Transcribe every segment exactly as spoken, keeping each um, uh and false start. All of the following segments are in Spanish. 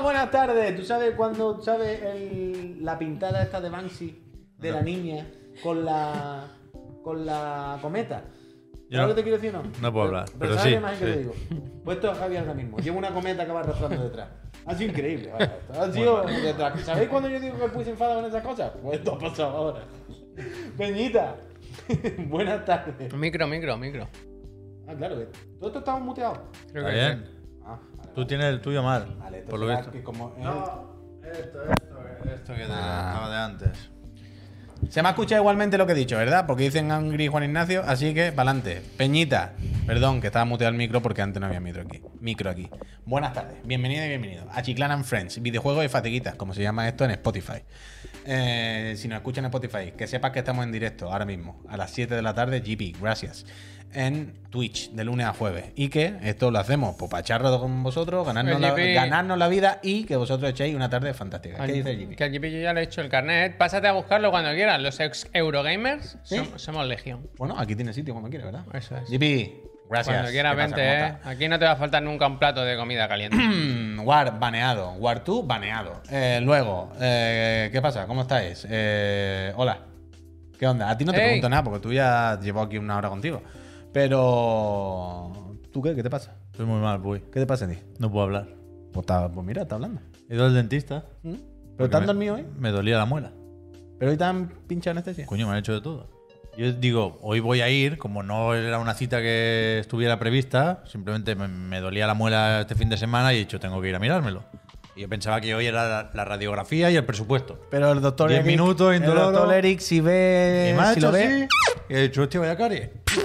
buenas tardes. ¿Tú sabes cuando sabes el, la pintada esta de Banksy de no. la niña con la con la cometa? ¿Sabes lo que te quiero decir o no? No puedo hablar. Pero, pero ¿sabes sí, la imagen sí. que te digo? Pues esto es Javi ahora mismo. Llevo una cometa que va arrastrando detrás. Ha sido increíble. Vaya, esto. Ha sido bueno. detrás. ¿Sabéis cuando yo digo que me puse enfadado con esas cosas? Pues esto ha pasado ahora. Peñita. Buenas tardes. Micro, micro, micro. Ah, claro. Todo esto estamos muteados. Creo Está que bien. sí. Ah, vale, Tú vale. tienes el tuyo mal, Vale, esto por lo será visto. que como es No, esto, esto, esto que te Ah. estaba de antes. Se me ha escuchado igualmente lo que he dicho, ¿verdad? Porque dicen Angry Juan Ignacio, así que pa'lante. Peñita, perdón, que estaba muteado el micro porque antes no había micro aquí. Micro aquí. Buenas tardes, bienvenido y bienvenido a Chiclana and Friends, videojuegos y fatiguitas, como se llama esto en Spotify. Eh, si nos escuchan en Spotify, que sepas que estamos en directo ahora mismo, a las siete de la tarde, G P, gracias. En Twitch, de lunes a jueves. Y que esto lo hacemos pues, para echar rato con vosotros, ganarnos la, ganarnos la vida y que vosotros echéis una tarde fantástica. ¿Qué dice G P? Que al G P yo ya le he hecho el carnet. Pásate a buscarlo cuando quieras. Los ex Eurogamers ¿Sí? somos, somos legión. Bueno, aquí tiene sitio cuando quiera, ¿verdad? Eso es. G P, gracias. Cuando quieras, ¿Qué pasa? vente, ¿Cómo eh. estás? Aquí no te va a faltar nunca un plato de comida caliente. War baneado, War dos baneado. Eh, luego, eh, ¿qué pasa? ¿Cómo estáis? Eh, hola. ¿Qué onda? A ti no te Hey. pregunto nada porque tú ya llevo aquí una hora contigo. Pero... ¿Tú qué? ¿Qué te pasa? Estoy muy mal, voy. ¿Qué te pasa a ti? No puedo hablar. Pues, está- pues mira, está hablando. He ido al dentista. ¿Mm? ¿Pero porque te han me- dormido hoy? Me dolía la muela. ¿Pero hoy te han pinchado anestesia? Coño, me han hecho de todo. Yo digo, hoy voy a ir, como no era una cita que estuviera prevista, simplemente me, me dolía la muela este fin de semana y he dicho, tengo que ir a mirármelo. Y yo pensaba que hoy era la, la radiografía y el presupuesto. Pero el doctor Diez Eric... minutos, el indoloro. doctor Eric, si ve... y me ha si hecho lo ve... así, y he dicho, hostia, vaya caries.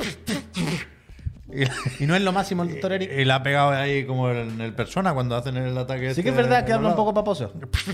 y, Y no es lo máximo el doctor Eric. y la ha pegado ahí como en el persona cuando hacen el ataque. Sí este que es verdad que habla un volado. poco paposo.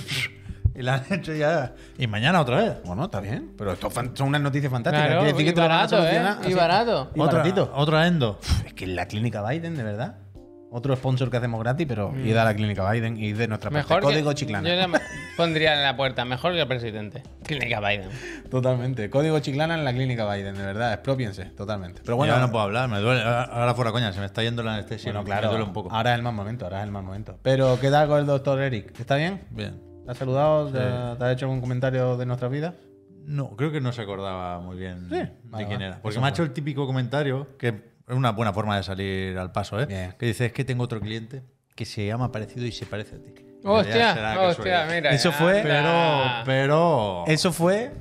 Y la han hecho ya. Y mañana otra vez. Bueno, está bien. Pero esto fan- son unas noticias fantásticas. Claro, Quiere decir y que te lo van a barato, ¿eh? solucionar Y así. barato. Y otra, baratito. otra endo. Es que la clínica Biden, de verdad. Otro sponsor que hacemos gratis, pero id a la clínica Biden y de nuestra parte. Mejor que, Código Chiclana. Yo le pondría en la puerta, mejor que el presidente. Clínica Biden. Totalmente. Código Chiclana en la clínica Biden, de verdad. Expropiense, totalmente. Pero Bueno, bueno, no puedo hablar, me duele. Ahora ahora fuera coña, se me está yendo la anestesia. bueno, me- claro. Me duele un poco. Ahora es el mal momento, ahora es el mal momento. Pero, ¿qué tal con el doctor Eric? ¿Está bien? Bien. ¿Te has saludado? Sí. ¿Te, te has hecho algún comentario de nuestra vida? No, creo que no se acordaba muy bien Sí. de Vale, quién vale. era. Porque Eso me ha fue. hecho el típico comentario, que es una buena forma de salir al paso, ¿eh? Bien. Que dice, es que tengo otro cliente que se llama parecido y se parece a ti. Ya será Hostia, hostia, casualidad. mira. Eso ya, fue- Pero, ya. pero... Eso fue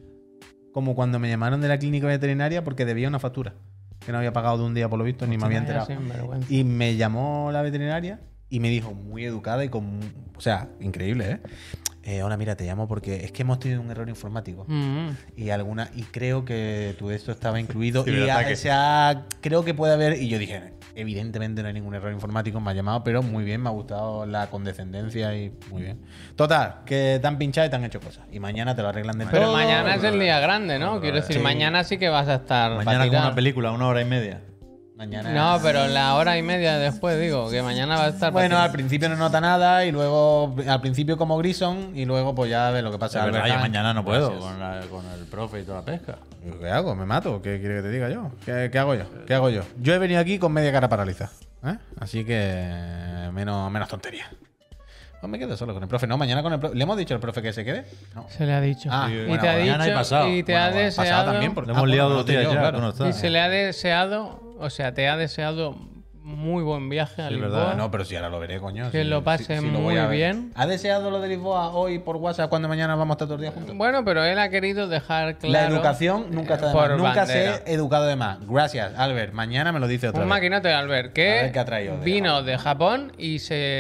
como cuando me llamaron de la clínica veterinaria porque debía una factura. Que no había pagado de un día por lo visto, ni me había Vaya enterado. sinvergüenza. Y me llamó la veterinaria y me dijo, muy educada y con... O sea, increíble, ¿eh? Eh, hola, mira, te llamo porque es que hemos tenido un error informático. Mm. Y alguna y creo que tu esto estaba incluido. y Ciberataque. a- se ha- creo que puede haber... Y yo dije, evidentemente no hay ningún error informático, me ha llamado, pero muy bien, me ha gustado la condescendencia y muy bien. Total, que te han pinchado y te han hecho cosas. Y mañana te lo arreglan de Pero todo. mañana es el día grande, ¿no? Quiero decir, Sí. mañana sí que vas a estar. Mañana pa' con tirar. una película, una hora y media. Mañana... No, pero la hora y media después, digo, que mañana va a estar. Bueno, pa' al principio no nota nada y luego al principio como Grison y luego pues ya ves lo que pasa. Es verdad, Albert yo Hahn. mañana no puedo Gracias. con, la- con el profe y toda la pesca. ¿Qué hago? ¿Me mato? ¿Qué quiere que te diga yo? ¿Qué, qué hago yo? ¿Qué hago yo? Yo he venido aquí con media cara paralizada. ¿eh? Así que menos, menos tontería. Pues me quedo solo con el profe. No, mañana con el profe. ¿Le hemos dicho al profe que se quede? No. Se le ha dicho. Ah, y bueno, te ha mañana dicho. y pasado. Y te Bueno, ha bueno, pasado deseado. también, porque- Le hemos Ah, liado bueno, dos no te días digo, ya. claro. tú no estás. Y se le ha deseado. O sea, te ha deseado muy buen viaje a Sí, Lisboa. verdad. No, pero si ahora lo veré, coño. Que si- lo pase si- si lo voy muy a ver. bien. ¿Ha deseado lo de Lisboa hoy por WhatsApp cuando mañana vamos a estar todos los días juntos? Bueno, pero él ha querido dejar claro. La educación nunca está de eh, más. por Nunca bandera. se he educado de más. Gracias, Albert. Mañana me lo dice otra Un vez. maquinote, Albert, A que ver qué ha traído de vino Japón. de Japón y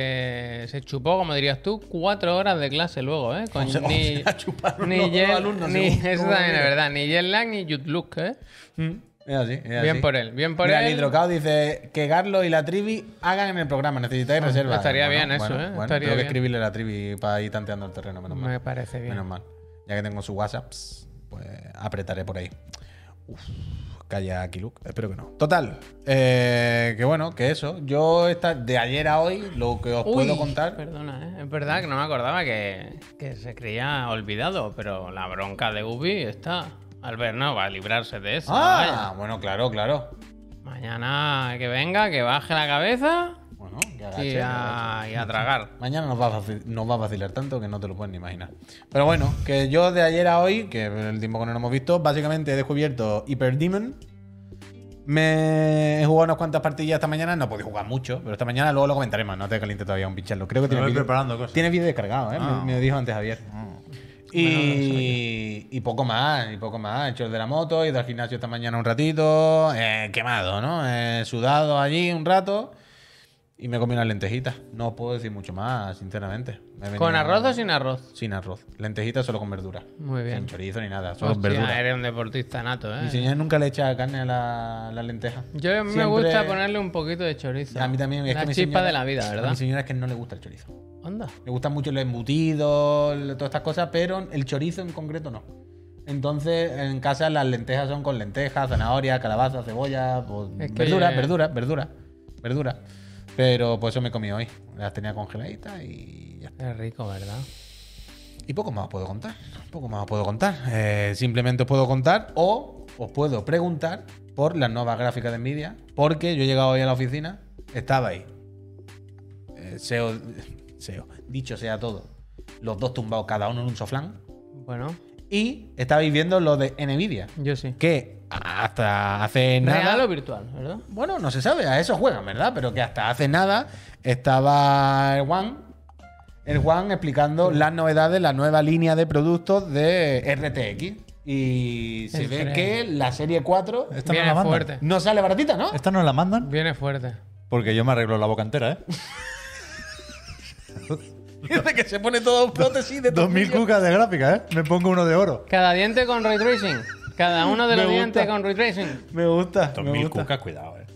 se, se chupó, como dirías tú, cuatro horas de clase luego, ¿eh? Con O sea, ni, o sea, chuparon ni los dos jet- alumnos, ni- según eso cómo también es mire. verdad, ni jet lag ni jet look, ¿eh? Es así, es Bien así. por él, bien por Mira, él. el Hidrocao dice que Garlo y la Trivi hagan en el programa. Necesitáis reservas. estaría Bueno, bien eso, bueno, ¿eh? Bueno, Estaría tengo que bien. escribirle a la Trivi para ir tanteando el terreno, menos mal. Me parece bien. Menos mal. Ya que tengo su WhatsApp, pues apretaré por ahí. Uf, calla Kiluk. Espero que no. Total. eh, que bueno, que eso. Yo esta, de ayer a hoy, lo que os Uy, puedo contar. Perdona, ¿eh? Es verdad que no me acordaba que, que se creía olvidado, pero la bronca de Ubi está. Albert no va a librarse de eso. Ah, bueno, claro, claro. Mañana que venga, que baje la cabeza. Bueno, ya agache. Y a, y a tragar. Mañana nos va, a vaci- nos va a vacilar tanto que no te lo puedes ni imaginar. Pero bueno, que yo de ayer a hoy, que el tiempo que no nos hemos visto, básicamente he descubierto Hyper Demon. Me he jugado unas cuantas partidas esta mañana, no he podido jugar mucho, pero esta mañana luego lo comentaré más, no te caliente todavía un pincharlo. Creo que Me tiene voy vídeo- preparando cosas. Tiene vídeo descargado, ¿eh? Ah. Me, me dijo antes Javier. Y, y poco más, y poco más. He hecho el de la moto, he ido al gimnasio esta mañana un ratito, eh, quemado, ¿no? He sudado allí un rato y me comí unas lentejitas. No os puedo decir mucho más, sinceramente. Me he venido- ¿Con arroz o sin arroz? Sin arroz. Lentejitas solo con verdura. Muy bien. Sin chorizo ni nada, solo Hostia, verdura. eres un deportista nato, ¿eh? Mi señora nunca le echa carne a la, la lenteja. Yo a mí me Siempre- gusta ponerle un poquito de chorizo. A mí también. Es La que mi chispa señora- de la vida, A ¿verdad? mi señora es que no le gusta el chorizo. Anda. Le gustan mucho los embutidos, todas estas cosas, pero el chorizo en concreto no. Entonces, en casa las lentejas son con lentejas, zanahoria, calabaza, cebolla, pues, Es que- verdura, verdura, verdura, verdura. Pero pues eso me comí hoy. Las tenía congeladitas y ya está. Es rico, ¿verdad? Y poco más os puedo contar. Poco más os puedo contar. Eh, simplemente os puedo contar o os puedo preguntar por las nuevas gráficas de Nvidia. Porque yo he llegado hoy a la oficina, estaba ahí. Eh, SEO, SEO, dicho sea todo. Los dos tumbados cada uno en un soflán. Bueno, Y estabais viendo lo de Nvidia. yo sí. Que hasta hace nada. ¿Real o virtual, verdad? Bueno, no se sabe, a eso juegan, ¿verdad? Pero que hasta hace nada estaba el Juan, el Juan explicando las novedades, la nueva línea de productos de R T X. Y se El ve tren. que la serie cuatro Esta no Viene la mandan. fuerte. no sale baratita, ¿no? Esta no la mandan Viene fuerte. porque yo me arreglo la boca entera, ¿eh? Dice que se pone todo prótesis de Dos mil tornillo. cucas de gráfica, ¿eh? Me pongo uno de oro. Cada diente con ray tracing. Cada uno de Me los gusta. dientes con ray tracing. Me gusta, Dos me mil gusta. cucas, cuidado, ¿eh?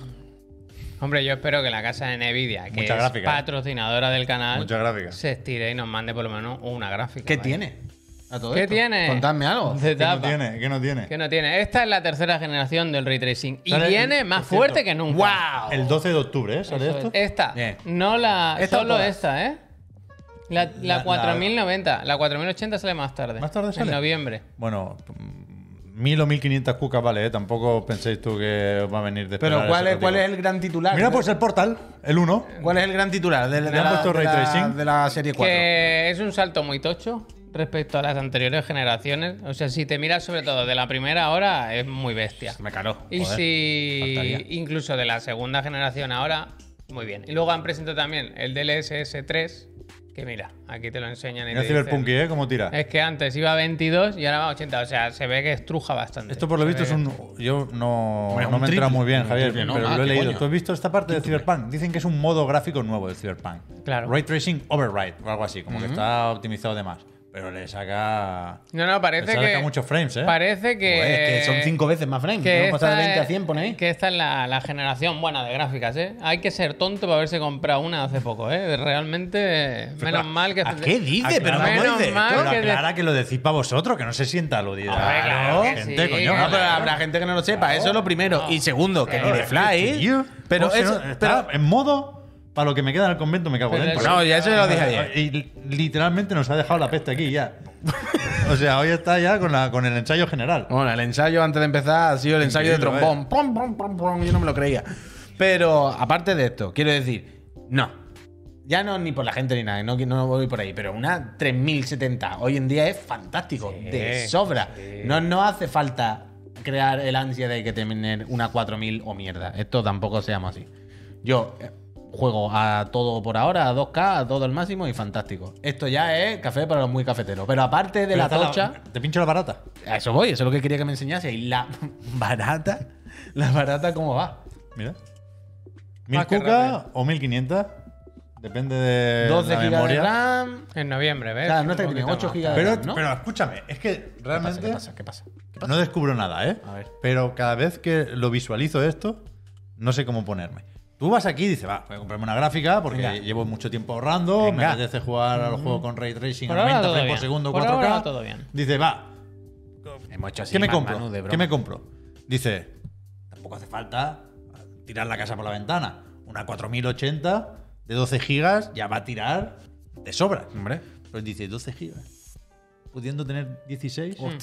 Hombre, yo espero que la casa de Nvidia, que Mucha es gráfica, ¿eh? patrocinadora del canal, Mucha gráfica. se estire y nos mande por lo menos una gráfica. ¿Qué vaya. tiene? A todo ¿Qué esto. tiene? Contadme algo. De ¿Qué no tapa. tiene? ¿Qué no tiene? ¿Qué no tiene? Esta es la tercera generación del ray tracing. Y Sale- viene más por cierto, fuerte que nunca. ¡Wow! El doce de octubre, ¿eh? ¿Sale Eso esto? es. Esta. Bien. No la. Esta o solo todas. esta, ¿eh? La, la La- cuatro mil noventa. La cuatro mil ochenta sale más tarde. ¿Más tarde sale? En noviembre. Bueno, mm, mil o mil quinientas cucas, vale, ¿eh? Tampoco penséis tú que os va a venir de Pero esperar ¿cuál ese es, ¿cuál es rótico. el gran titular? Mira, pues el portal, el uno. ¿Cuál es el gran titular de, de Le han la, puesto de ray la- tracing. de la serie cuatro? Que es un salto muy tocho respecto a las anteriores generaciones. O sea, si te miras sobre todo de la primera ahora, es muy bestia. Me caro. Y Joder, si faltaría. incluso de la segunda generación ahora, muy bien. Y luego han presentado también el D L S S tres, que mira, aquí te lo enseñan y Mira te Cyberpunk, dicen- ¿eh? ¿Cómo tira? Es que antes iba a veintidós y ahora va a ochenta. O sea, se ve que estruja bastante. Esto por lo Se visto ve es que- un... Yo no, Hombre, no un me he enterado triple. muy bien, Un Javier, triple, ¿no? pero Ah, lo he ¿qué leído. coño? ¿Tú has visto esta parte de Cyberpunk? Dicen que es un modo gráfico nuevo de Cyberpunk. Claro. Ray Tracing Override o algo así, como que está optimizado de más. Pero le saca... No, no, parece le saca que. muchos frames, ¿eh? Parece que. Joder, es que son cinco veces más frames. que Tenemos que pasar de esta veinte a es- cien, pone ahí. Que esta es la, la generación buena de gráficas, ¿eh? Hay que ser tonto para haberse comprado una hace poco, ¿eh? Realmente, menos mal que... ¿A qué dice? Pero Aclara- ¿cómo Menos dice? mal Pero que de- aclara que lo decís para vosotros, que no se sienta aludido. Hombre, claro que gente, sí. coño. No, pero habrá gente que no lo sepa. Eso es lo primero. Y segundo, que ni de fly. Tío, Pero ¿cómo se eso. no- está Pero, en modo... Para lo que me queda en el convento me cago Pero dentro. eso- no, ya eso ya lo dije ayer. Y li- literalmente nos ha dejado la peste aquí ya. O sea, hoy está ya con, la, con el ensayo general. Bueno, el ensayo antes de empezar ha sido el ensayo de Increíble, trombón. Pum, pum, pum, pum, yo no me lo creía. Pero aparte de esto, quiero decir, no. Ya no ni por la gente ni nada, no, no voy por ahí, pero una tres mil setenta hoy en día es fantástico, de sobra. No, no hace falta crear el ansia de que tener una cuatro mil o mierda. Esto tampoco seamos así. Yo eh, juego a todo por ahora, a dos K, a todo el máximo y fantástico. Esto ya es café para los muy cafeteros. Pero aparte de Pero la está tocha... ¿Te pincho la barata? A eso voy, eso es lo que quería que me enseñase. Y la barata, la barata, ¿cómo va? Mira. ¿Mil Ah, qué cucas rápido. o mil quinientas? Depende de doce la gigas de memoria. RAM. En noviembre, ¿ves? Claro, no está que Un tiene poquito ocho más. gigas de Pero, RAM, ¿no? pero escúchame, es que ¿Qué pasa? realmente ¿Qué pasa? ¿Qué pasa? ¿Qué pasa? no descubro nada, ¿eh? A ver. Pero cada vez que lo visualizo esto, no sé cómo ponerme. Tú vas aquí y dices, va, voy a comprarme una gráfica porque Venga. llevo mucho tiempo ahorrando, me Venga. apetece jugar a los juegos con Ray Tracing Por a ahora noventa todo frames por bien. segundo, Por cuatro K. ahora todo bien. Dice, va, Hemos hecho así. ¿qué me más compro? Manu, de broma. ¿Qué me compro? Dice, tampoco hace falta tirar la casa por la ventana. Una cuatro mil ochenta de doce gigas ya va a tirar de sobra. Hombre. Pero dice doce gigas. Pudiendo tener dieciséis. Hostia.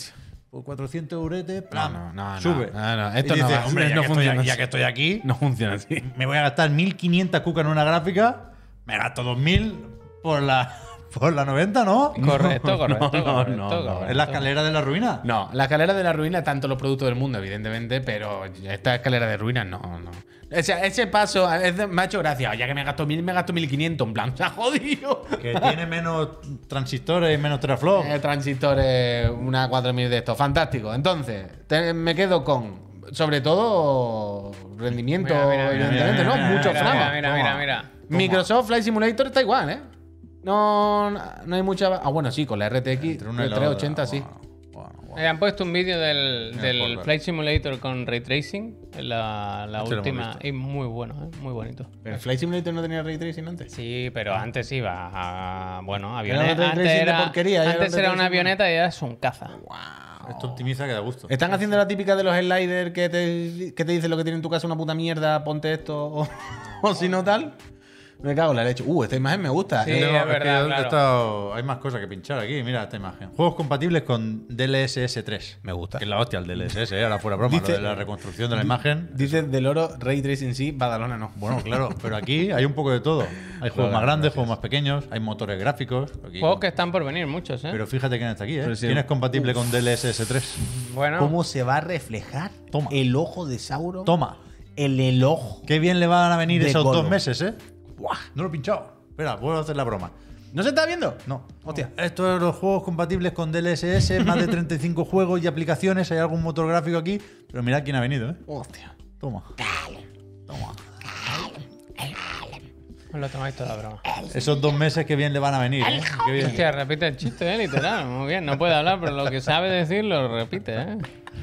por cuatrocientos euretes, No, plan, no, no, no, sube. no, no, Y esto no dices, va- hombre, ya, no que estoy, funciona ya así. que estoy aquí, No funciona así. me voy a gastar mil quinientas cucas en una gráfica, me gasto dos mil por la, por la noventa, ¿no? Correcto, correcto, no, correcto, no, no. correcto. Es la escalera de la ruina. No, la escalera de la ruina, tanto los productos del mundo, evidentemente, pero esta escalera de ruinas, no, no. O sea, ese paso es de- me ha hecho gracia. Ya que me gasto mil, me gasto mil quinientos. En plan, se ha jodido. Que tiene menos transistores y menos teraflops. Eh, transistores, una cuatro mil de estos. Fantástico. Entonces, te- me quedo con, sobre todo, rendimiento, Mira, mira, mira, evidentemente, mira, ¿no? mira, Mucho Mira, flama. mira, mira, mira, mira. Microsoft Flight Simulator está igual, ¿eh? No, no hay mucha. Ah, bueno, sí, con la R T X Entre una y la trescientos ochenta, otra. sí. Bueno, bueno, Eh, han puesto un vídeo del, Mira, del por ver. Flight Simulator con Ray Tracing, la, la Este lo hemos última, visto. y muy bueno, ¿eh? Muy bonito. ¿Pero el Flight Simulator no tenía ray tracing antes? Sí, pero antes iba a. Bueno, Era un avioneta. ray Antes tracing de era, porquería, ya era antes un ray era una tracing avioneta y ahora es un caza. Esto optimiza que da gusto. ¿Están haciendo la típica de los sliders que te, que te dice lo que tiene en tu casa una puta mierda, ponte esto o, o si no tal? Me cago en la leche. Uh, esta imagen me gusta. Sí, Eh, Tengo- es que verdad, yo he claro. estado- hay más cosas que pinchar aquí. Mira esta imagen. Juegos compatibles con D L S S tres. Me gusta. Que es la hostia el D L S S, ¿eh? Ahora fuera broma. Dice- lo de la reconstrucción de la imagen. Dice del oro, ray tracing sí, Badalona no. Bueno, claro, pero aquí hay un poco de todo. Hay juegos Claro, más grandes, gracias. juegos más pequeños, hay motores gráficos. Aquí- Juegos que están por venir, muchos, ¿eh? Pero fíjate quién está aquí, ¿eh? Pero sí. ¿Quién es compatible con D L S S tres? bueno, ¿Cómo se va a reflejar Toma. el ojo de Sauron? Toma. El, el ojo. Qué bien le van a venir De esos Gollum. dos meses, ¿eh? Buah, no lo he pinchado. Espera, puedo hacer la broma. ¿No se está viendo? No. Hostia. Estos son los juegos compatibles con D L S S, más de treinta y cinco juegos y aplicaciones. Hay algún motor gráfico aquí. Pero mirad quién ha venido, ¿eh? Hostia. Toma. Toma. os lo tomáis toda broma. Esos dos meses que bien le van a venir, ¿eh? Qué bien. Hostia, repite el chiste, ¿eh? Literal. Muy bien, no puede hablar, pero lo que sabe decir lo repite, ¿eh?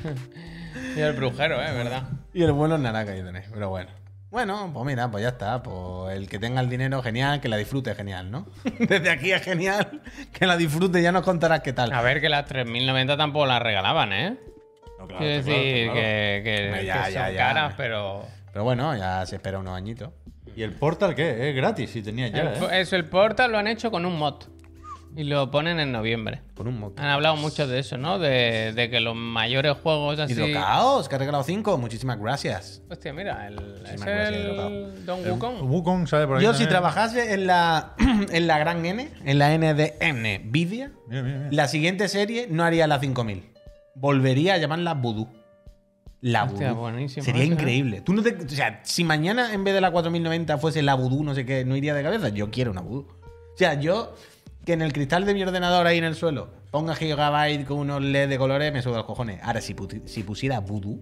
Y el brujero, ¿eh? ¿Verdad? Y el vuelo en naranja ahí tenéis, pero bueno. Bueno, pues mira, pues ya está. Pues el que tenga el dinero, genial, que la disfrute, genial, ¿no? Desde aquí es genial, que la disfrute, ya nos contarás qué tal. A ver, que las tres mil noventa tampoco las regalaban, ¿eh? No, claro, Quiero está decir claro, claro. que, que, Hombre, ya, que ya, son ya. caras, pero. Pero bueno, ya se espera unos añitos. ¿Y el Portal qué? Es gratis, si tenía ya, El- ¿eh? Eso, el Portal lo han hecho con un mod. Y lo ponen en noviembre. Con un moto. Han hablado mucho de eso, ¿no? De, de que los mayores juegos así. Hidrocaos, que ha regalado cinco. Muchísimas gracias. Hostia, mira, el, es gracias, el Don Wukong. Wukong sale por ahí Yo, si también. trabajase en la, en la gran N, en la N de Nvidia, Mira, mira, mira. la siguiente serie no haría la cinco mil. Volvería a llamarla Voodoo. La Hostia, Voodoo. buenísimo Sería eso, ¿eh? increíble. Tú no te- o sea, si mañana en vez de la cuatro mil noventa fuese la Voodoo, no sé qué, no iría de cabeza. Yo quiero una Voodoo. O sea, yo que en el cristal de mi ordenador ahí en el suelo ponga Gigabyte con unos L E D de colores, me suda los cojones. Ahora, si, puti- si pusiera Voodoo,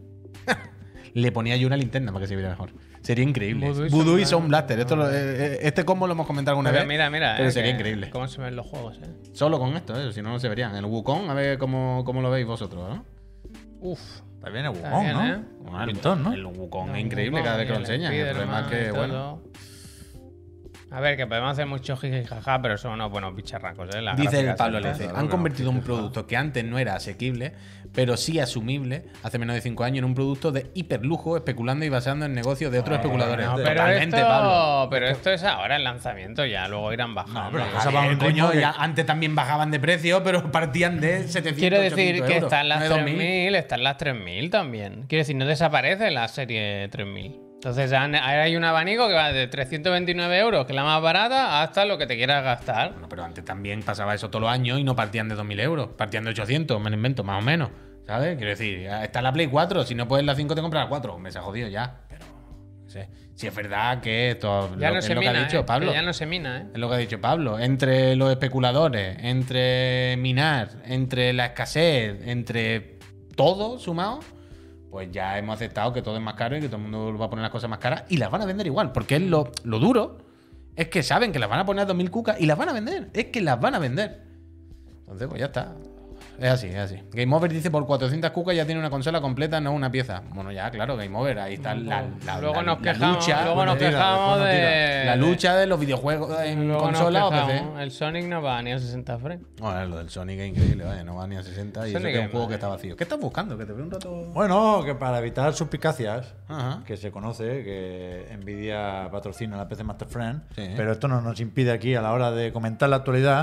le ponía yo una linterna para que se viera mejor. Sería increíble. Voodoo y Voodoo y Sound Sound Blaster. Esto lo- eh, eh, este combo lo hemos comentado alguna Pero vez. mira, mira. Pero eh, sería que- increíble. ¿Cómo se ven los juegos, eh? Solo con esto, ¿eh? Si no, no se verían. El Wukong, a ver cómo, cómo lo veis vosotros, ¿no? Uf. Está bien el Está Wukong, bien, ¿no? ¿eh? Un pintón, ¿no? El Wukong Don es increíble Wukong cada vez que y lo el enseñan. El problema es Spiderman que, y bueno. todo. A ver, que podemos hacer mucho jiji y jaja, pero son unos buenos bicharracos, ¿eh? Las Dice el gráficas Pablo estas. L C. claro, Han claro, convertido un producto que antes no era asequible, pero sí asumible, hace menos de cinco años, en un producto de hiperlujo, especulando y basando en negocios de otros especuladores. No, pero Totalmente, esto, Pablo. pero esto es ahora el lanzamiento, ya luego irán bajando. No, pero Ya. pasa para un Coño, ritmo que- ya antes también bajaban de precio, pero partían de setecientos. Quiero decir ochocientos que euros, están las no de tres dos mil. mil, están las tres mil también. Quiero decir, no desaparece la serie tres mil. Entonces han- ahora hay un abanico que va de trescientos veintinueve euros, que es la más barata, hasta lo que te quieras gastar. Bueno, pero antes también pasaba eso todos los años y no partían de dos mil euros, partían de ochocientos, me lo invento, más o menos. ¿Sabes? Quiero decir, ya está la Play cuatro, si no puedes la cinco te compras la cuatro. Me se ha jodido ya. Pero, no sé. Si es verdad que esto Ya lo, no es se lo que mina, ha dicho ¿eh? Pablo. Que ya no se mina, ¿eh? Es lo que ha dicho Pablo. Entre los especuladores, entre minar, entre la escasez, entre todo sumado, pues ya hemos aceptado que todo es más caro y que todo el mundo va a poner las cosas más caras y las van a vender igual. Porque es lo, lo duro es que saben que las van a poner a dos mil cucas y las van a vender. Es que las van a vender. Entonces, pues ya está. Es así, es así. Game Over dice por cuatrocientas cucas ya tiene una consola completa, no una pieza. Bueno, ya, claro, Game Over. Ahí está la, la, luego la- nos la quejamos, lucha. luego nos Bueno, tira, quejamos después no de. La lucha de los videojuegos en luego nos consola o P C. quejamos. El Sonic no va ni a sesenta frames. Bueno, lo del Sonic es increíble, vaya, no va ni a sesenta y eso Sonic que es un es juego mal, que está vacío. ¿Qué estás buscando? Que te veo un rato. Bueno, que para evitar suspicacias, Ajá. que se conoce que Nvidia patrocina la P C Master Friend, Sí. pero esto no nos impide aquí a la hora de comentar la actualidad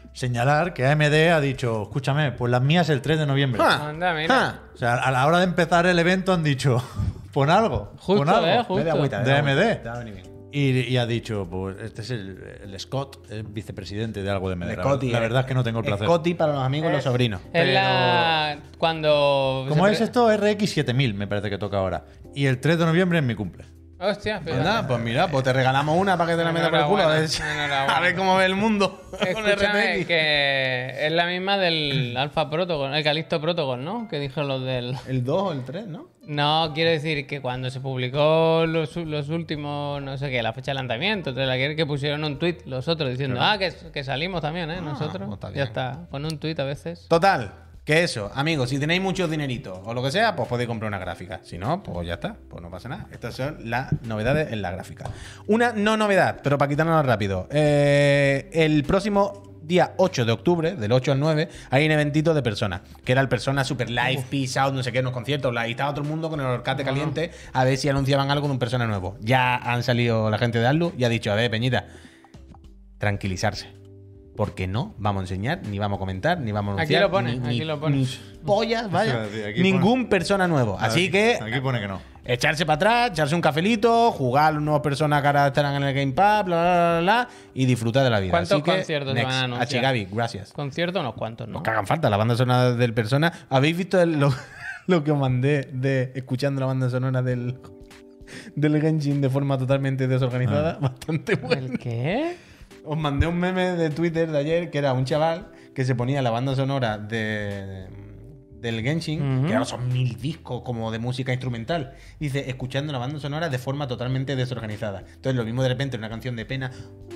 señalar que A M D ha dicho, escúchame, pues las mías el tres de noviembre. Ah. Anda, mira. O sea, a la hora de empezar el evento han dicho, pon algo, Justo, pon algo. eh, Me da justo. agüita, me De da A M D. agüita. Te va a venir bien. Y, y ha dicho, pues este es el, el Scott, el vicepresidente de algo de A M D. De La, Scotty, la eh. verdad es que no tengo el placer. Scotty para los amigos y los sobrinos. Es la... Cuando... ¿Cómo se es pre- esto? R X siete mil me parece que toca ahora. Y el tres de noviembre es mi cumple. Hostia, fíjate. ¿Verdad? Pues mira, pues te regalamos una para que te la metas por el culo. A ver, si- Enhorabuena. a ver cómo ve el mundo. con Escúchame, R T X. que es la misma del Alpha Protocol, el Calixto Protocol, ¿no? Que dijo los del... El dos o el tres, ¿no? No, quiero decir que cuando se publicó los, los últimos, no sé qué, la fecha de lanzamiento, te la quiero que pusieron un tweet los otros diciendo, ah, que, que salimos también, ¿eh? Nosotros. pues está Ya bien. está, con un tweet a veces. Total, que eso, amigos, si tenéis muchos dineritos o lo que sea, pues podéis comprar una gráfica. Si no, pues ya está, pues no pasa nada. Estas son las novedades en la gráfica. Una no novedad, pero para quitarnos rápido. Eh, el próximo día ocho de octubre, del ocho al nueve, hay un eventito de Persona, que era el Persona Super Live, Peace Out, no sé qué, unos conciertos. Y estaba todo el mundo con el horcate caliente a ver si anunciaban algo de un Persona nuevo. Ya han salido la gente de Atlus y ha dicho, a ver, Peñita, tranquilizarse. Porque no vamos a enseñar, ni vamos a comentar, ni vamos a Aquí anunciar. lo pone, ni, aquí ni- lo pone. ni pollas, vaya. Eso iba a decir, aquí Ningún persona nuevo. Así que Aquí pone que no. echarse para atrás, echarse un cafelito, jugar los nuevos personas que ahora estarán en el Game Pass, bla, bla, bla, bla, y disfrutar de la vida. ¿Cuántos Así que, conciertos se next. van a anunciar? Achigavi, gracias. Concierto unos cuantos, ¿no? Nos cagan falta la banda sonora del Persona. ¿Habéis visto el- lo, lo que os mandé de escuchando la banda sonora del, del Genshin de forma totalmente desorganizada? Bastante bueno. ¿El qué? Os mandé un meme de Twitter de ayer que era un chaval que se ponía la banda sonora de, del Genshin, Ujú. que ahora son mil discos como de música instrumental. Dice, escuchando la banda sonora de forma totalmente desorganizada. Entonces lo mismo de repente una canción de pena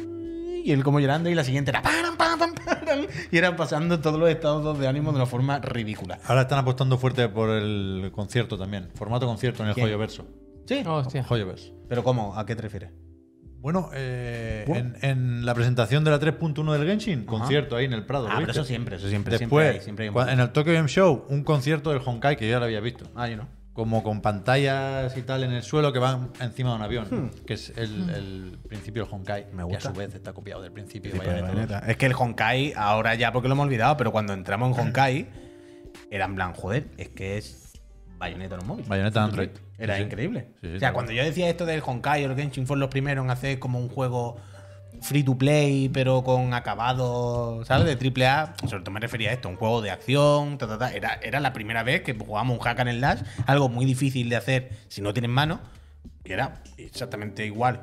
y él como llorando y la siguiente era param, pam, pam, param, y eran pasando todos los estados de ánimo de una forma ridícula. Ahora están apostando fuerte por el concierto también. Formato concierto en el ¿Quién? Joyoverso. Sí. Hostia. Joyoverso. ¿Pero cómo? ¿A qué te refieres? Bueno, eh, Bueno. En, en la presentación de la tres punto uno del Genshin, concierto ahí en el Prado. Ah, ¿lo pero viste? eso siempre, eso siempre. Después, siempre hay, siempre hay un- cua- en el Tokyo Game Show, un concierto del Honkai que yo ya lo había visto. Ah, yo no. Como con pantallas y tal en el suelo que van encima de un avión. Hmm. Que es el, el principio del Honkai. Me Que a gusta. su vez está copiado del principio Sí, de pero Bayonetta dos. Bayonetta. Es que el Honkai, ahora ya porque lo hemos olvidado, pero cuando entramos en Honkai, era en plan, joder, es que es Bayonetta en un móvil. Bayonetta Android. Era Sí, sí. increíble. Sí, sí, o sea, tal cuando yo decía esto del Honkai o el Genshin fueron los primeros en hacer como un juego free to play, pero con acabado, ¿sabes? De triple A. Sobre todo me refería a esto, un juego de acción, ta, ta, ta. Era, era la primera vez que jugábamos un hack and slash, algo muy difícil de hacer si no tienes mano, que era exactamente igual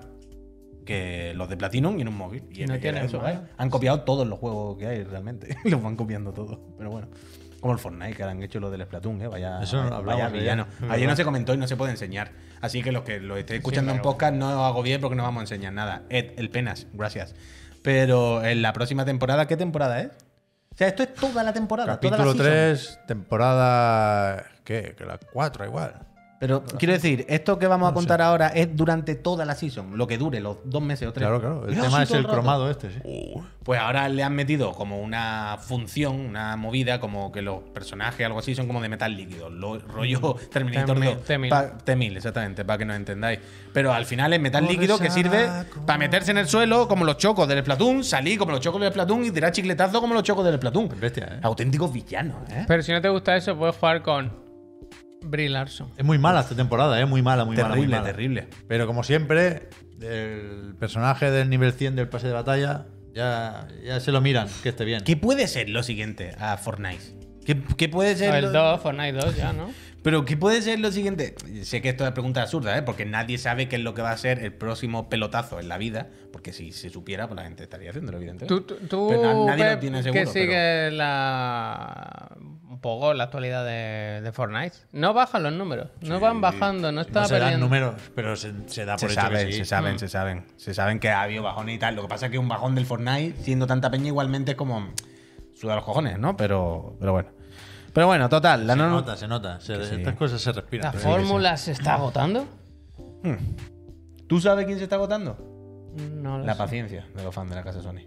que los de Platinum y en un móvil. Y Y no era- era tienes eso, mano. ¿vale? Han copiado todos los juegos que hay realmente. Los van copiando todos. Pero bueno. Como el Fortnite, que ahora han hecho lo del Splatoon, ¿eh? Vaya, Eso no vaya, hablamos vaya de villano. ella. Ayer no se comentó y no se puede enseñar. Así que los que lo estéis escuchando en pero- podcast no os agobiéis porque no vamos a enseñar nada. Ed, el penas, gracias. Pero en la próxima temporada, ¿qué temporada es? O sea, esto es toda la temporada. toda la Capítulo season. tres, temporada. ¿Qué? Que la cuatro igual. Pero quiero decir, esto que vamos a contar ahora es durante toda la season, lo que dure, los dos meses o tres. Claro, claro. El Y tema así es todo el rato. cromado este, sí. Uh, Pues ahora le han metido como una función, una movida, como que los personajes, algo así, son como de metal líquido. Lo, rollo Terminator T mil, dos. T mil. Pa- T mil, exactamente, para que nos entendáis. Pero al final es metal líquido que sirve para meterse en el suelo como los chocos del Splatoon, salir como los chocos del Splatoon y tirar chicletazo como los chocos del Splatoon. Bestia, ¿eh? Auténticos villanos, ¿eh? Pero si no te gusta eso, puedes jugar con Brie Larson. Es muy mala esta temporada, ¿eh? Muy mala, muy mala. muy Terrible, mala. terrible. Pero como siempre, el personaje del nivel cien del pase de batalla ya, ya se lo miran, que esté bien. ¿Qué puede ser lo siguiente a Fortnite? ¿Qué, qué puede ser? El lo- dos, Fortnite dos ya, ¿no? Pero ¿qué puede ser lo siguiente? Sé que esto es pregunta absurda, ¿eh? Porque nadie sabe qué es lo que va a ser el próximo pelotazo en la vida. Porque si se supiera, pues la gente estaría haciéndolo, evidentemente. Tú, tú, tú, Pero na- nadie Pep, lo tiene que seguro. sigue la... un poco la actualidad de, de Fortnite. No bajan los números. No van bajando, no está No se dan perdiendo. números, pero se, se da por se hecho saben, que sí. se saben, Mm. se saben. Se saben que ha habido bajones y tal. Lo que pasa es que un bajón del Fortnite, siendo tanta peña, igualmente es como suda los cojones, ¿no? Pero, pero bueno. Pero bueno, total. La Se no- nota, se nota. Se- Que sí. Estas cosas se respiran. ¿La Sí que sí. fórmula se está agotando? ¿Tú sabes quién se está agotando? No lo La sé. paciencia de los fans de la casa Sony.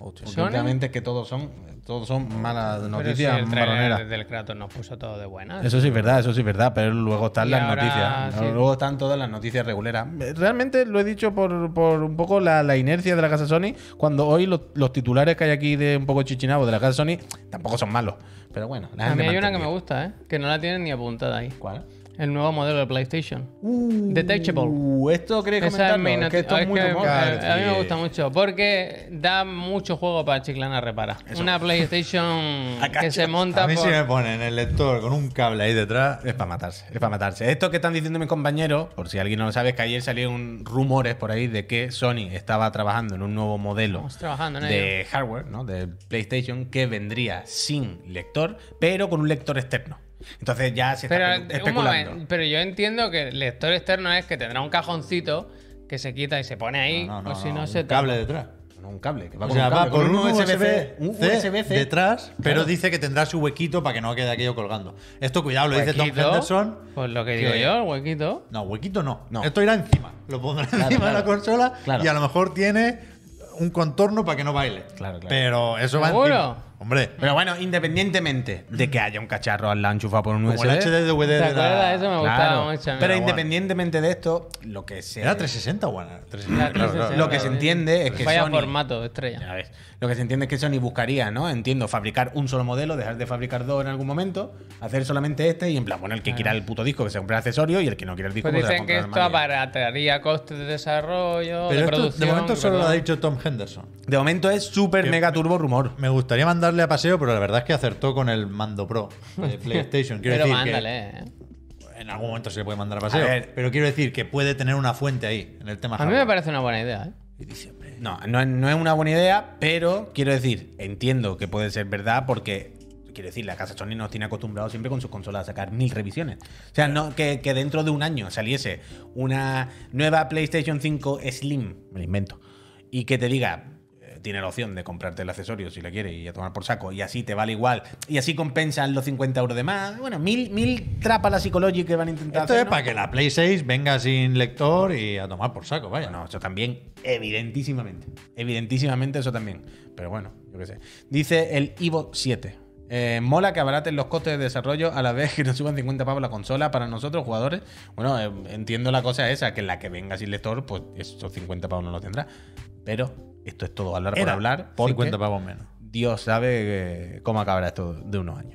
Hostia. Porque ¿Sony? últimamente es que todos son, todos son malas Pero si noticias, el marroneras. trailer del Kratos nos puso todo de buenas. Eso sí es verdad, eso sí es verdad, pero luego están Y las ahora, noticias. sí. Luego están todas las noticias reguleras. Realmente lo he dicho por, por un poco la, la inercia de la casa Sony, cuando hoy los, los titulares que hay aquí de un poco chichinabo de la casa Sony tampoco son malos. Pero bueno, la A gente mí hay una que me entendido. gusta, ¿eh? Que no la tienen ni apuntada ahí. ¿Cuál? El nuevo modelo de PlayStation. Detachable. Uh, ¿Esto queréis Esa es comentarlo? mi Es que noti- esto es es muy que, rumor. eh, Claro, a mí me sí. gusta mucho porque da mucho juego para Chiclana repara. Una PlayStation que se monta A mí por... si me ponen el lector con un cable ahí detrás. Es para matarse, es para matarse. Esto que están diciendo mis compañeros, por si alguien no lo sabe, es que ayer salieron rumores por ahí de que Sony estaba trabajando en un nuevo modelo Estamos trabajando en de hardware, ¿no? De PlayStation, que vendría sin lector, pero con un lector externo. Entonces ya se está Pero, espe- un especulando. momento, pero yo entiendo que el lector externo es que tendrá un cajoncito que se quita y se pone ahí, No, no, o si no, no un se cable tapa. detrás. No, un cable, que va O con sea, un va cable, con un U S B C, U S B un C U S B C detrás, pero Claro. dice que tendrá su huequito para que no quede aquello colgando. Esto, cuidado, lo dice Tom Huequito, Henderson. Pues lo que digo que- yo, el huequito. No, huequito no. No. Esto irá encima. Lo pondrá Claro, encima de la claro. consola Claro. y a lo mejor tiene un contorno para que no baile. Claro, claro. Pero eso va ¿Seguro? encima. Hombre, Pero bueno, independientemente de que haya un cacharro al lado enchufado por un como U S el B. H D D V D ¿Te de la- acuerdas? Eso me gustaba Claro. mucho. a mí. Pero Pero independientemente de esto, lo que se, ¿Era trescientos sesenta o era trescientos La sesenta? Claro, claro. trescientos lo que se sesenta, entiende es que Vaya Sony- formato, estrella. Ya ves. Lo que se entiende es que Sony buscaría, ¿no? Entiendo, fabricar un solo modelo, dejar de fabricar dos en algún momento, hacer solamente este y en plan, bueno, el que quiera el puto disco que se compre el accesorio y el que no quiera el disco Pues pues se la dicen que compra esto normal y ya. abarataría costes de desarrollo, Pero de esto, producción. de momento solo lo perdón. ha dicho Tom Henderson. De momento es súper Que- mega turbo rumor. Me gustaría mandarle a paseo, pero la verdad es que acertó con el mando Pro de PlayStation. Quiero Pero decir mándale, ¿eh? que en algún momento se le puede mandar a paseo. A ver. Pero quiero decir que puede tener una fuente ahí, en el tema A mí me hardware. parece una buena idea, ¿eh? No, no, es- no es una buena idea, pero quiero decir, entiendo que puede ser verdad porque, quiero decir, la casa Sony nos tiene acostumbrados siempre con sus consolas a sacar mil revisiones. O sea, no, que, que dentro de un año saliese una nueva PlayStation cinco Slim, me lo invento, y que te diga, eh, tiene la opción de comprarte el accesorio si la quieres y a tomar por saco, y así te vale igual, y así compensan los cincuenta euros de más. Bueno, mil, mil trápalas psicológicas que van a intentar Esto hacer, es ¿no? para que la Play seis venga sin lector y a tomar por saco, vaya. No, eso también, evidentísimamente. Evidentísimamente eso también. Pero bueno, yo qué sé. Dice el Evo siete. Eh, mola que abaraten los costes de desarrollo a la vez que nos suban cincuenta pavos la consola para nosotros, jugadores. Bueno, eh, entiendo la cosa esa, que la que venga sin lector, pues esos cincuenta pavos no lo tendrá. Pero esto es todo hablar por Era hablar. Porque cincuenta pavos menos. Dios sabe eh, cómo acabará esto de unos años.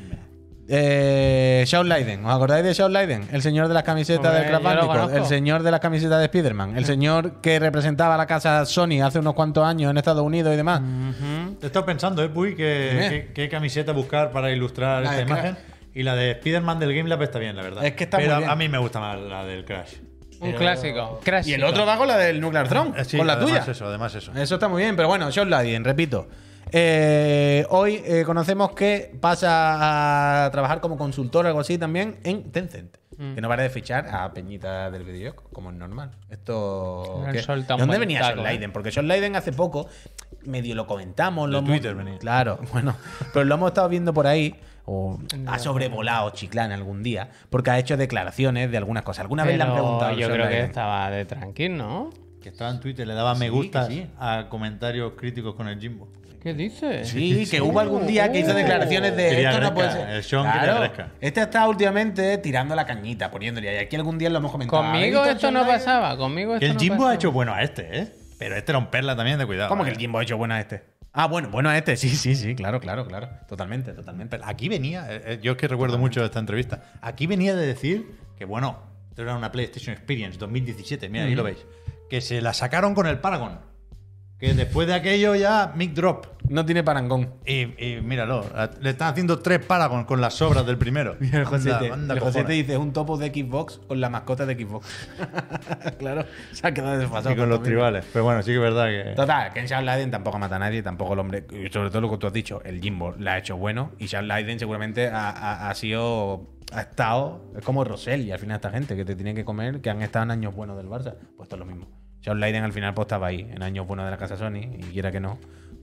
Eh, Shawn Leiden, ¿os acordáis de Shawn Leiden? El señor de las camisetas Hombre, de Crash yo lo Bandicoot, conozco. el señor de las camisetas de Spider-Man, el señor que representaba la casa Sony hace unos cuantos años en Estados Unidos y demás. Ujú. He estado pensando, ¿eh, Puy? Que- Dime. qué, qué camiseta buscar para ilustrar La esta de imagen. Crash. Y la de Spider-Man del GameLab está bien, la verdad. Es que está Pero muy bien. a mí me gusta más la del Crash. Un Pero- clásico. Clásico. Y el otro va con la del Nuclear Throne, Eh, sí, con la además tuya. Eso, además eso. Eso está muy bien, pero bueno, Shawn Leiden, repito. Eh, hoy eh, conocemos que pasa a trabajar como consultor o algo así también en Tencent. Mm. Que no para de fichar a Peñita del videojuego, como es normal. Esto. El ¿qué? sol ¿De tan dónde buen venía taco, Shawn eh? Leiden? Porque Shawn Leiden hace poco, medio lo comentamos. Lo De hemos- Twitter venía. Claro, bueno. Pero lo hemos estado viendo por ahí. O ha sobrevolado Chiclana algún día. Porque ha hecho declaraciones de algunas cosas. ¿Alguna vez le han Pero preguntado? a yo Shawn creo que Leiden? estaba de tranquilo, ¿no? Que estaba en Twitter, le daba me Sí, gusta que sí. a comentarios críticos con el Jimbo. ¿Qué dices? Sí, que hubo algún día que hizo declaraciones de Quería esto no puede gresca, ser. el Sean quería gresca. Este está últimamente tirando la cañita, poniéndole. Y aquí algún día lo hemos comentado. Conmigo ¿Habéis esto visto no Shawn Leiden? pasaba. Conmigo esto Que el no Jimbo pasaba. ha hecho bueno a este, ¿eh? Pero este era un perla también de cuidado. ¿Cómo que ¿eh? el Jimbo ha hecho bueno a este? Ah, bueno, bueno a este. Sí, sí, sí, claro, claro, claro. Totalmente, totalmente. Aquí venía, eh, eh, yo es que recuerdo mucho de esta entrevista. Aquí venía de decir que, bueno, esto era una PlayStation Experience dos mil diecisiete, mira, ahí lo veis. Que se la sacaron con el Paragon. Que después de aquello ya, mic drop. No tiene parangón. Y, y míralo, le están haciendo tres Paragon con las sobras del primero. Y el Josete, Anda, anda, el Josete cojones. dice un topo de Xbox con la mascota de Xbox. Claro, se ha quedado desfasado. Y con los también. tribales. Pero bueno, sí que es verdad que. Total, que en Shawn Leiden tampoco mata a nadie, tampoco el hombre. Y sobre todo lo que tú has dicho, el Jimbo la ha hecho bueno. Y Shawn Leiden seguramente ha, ha- ha sido. Ha estado. Es como Rosell y al final esta gente que te tiene que comer, que han estado en años buenos del Barça. Pues esto es lo mismo. Shawn Leiden al final pues estaba ahí, en años buenos de la casa Sony, y quiera que no,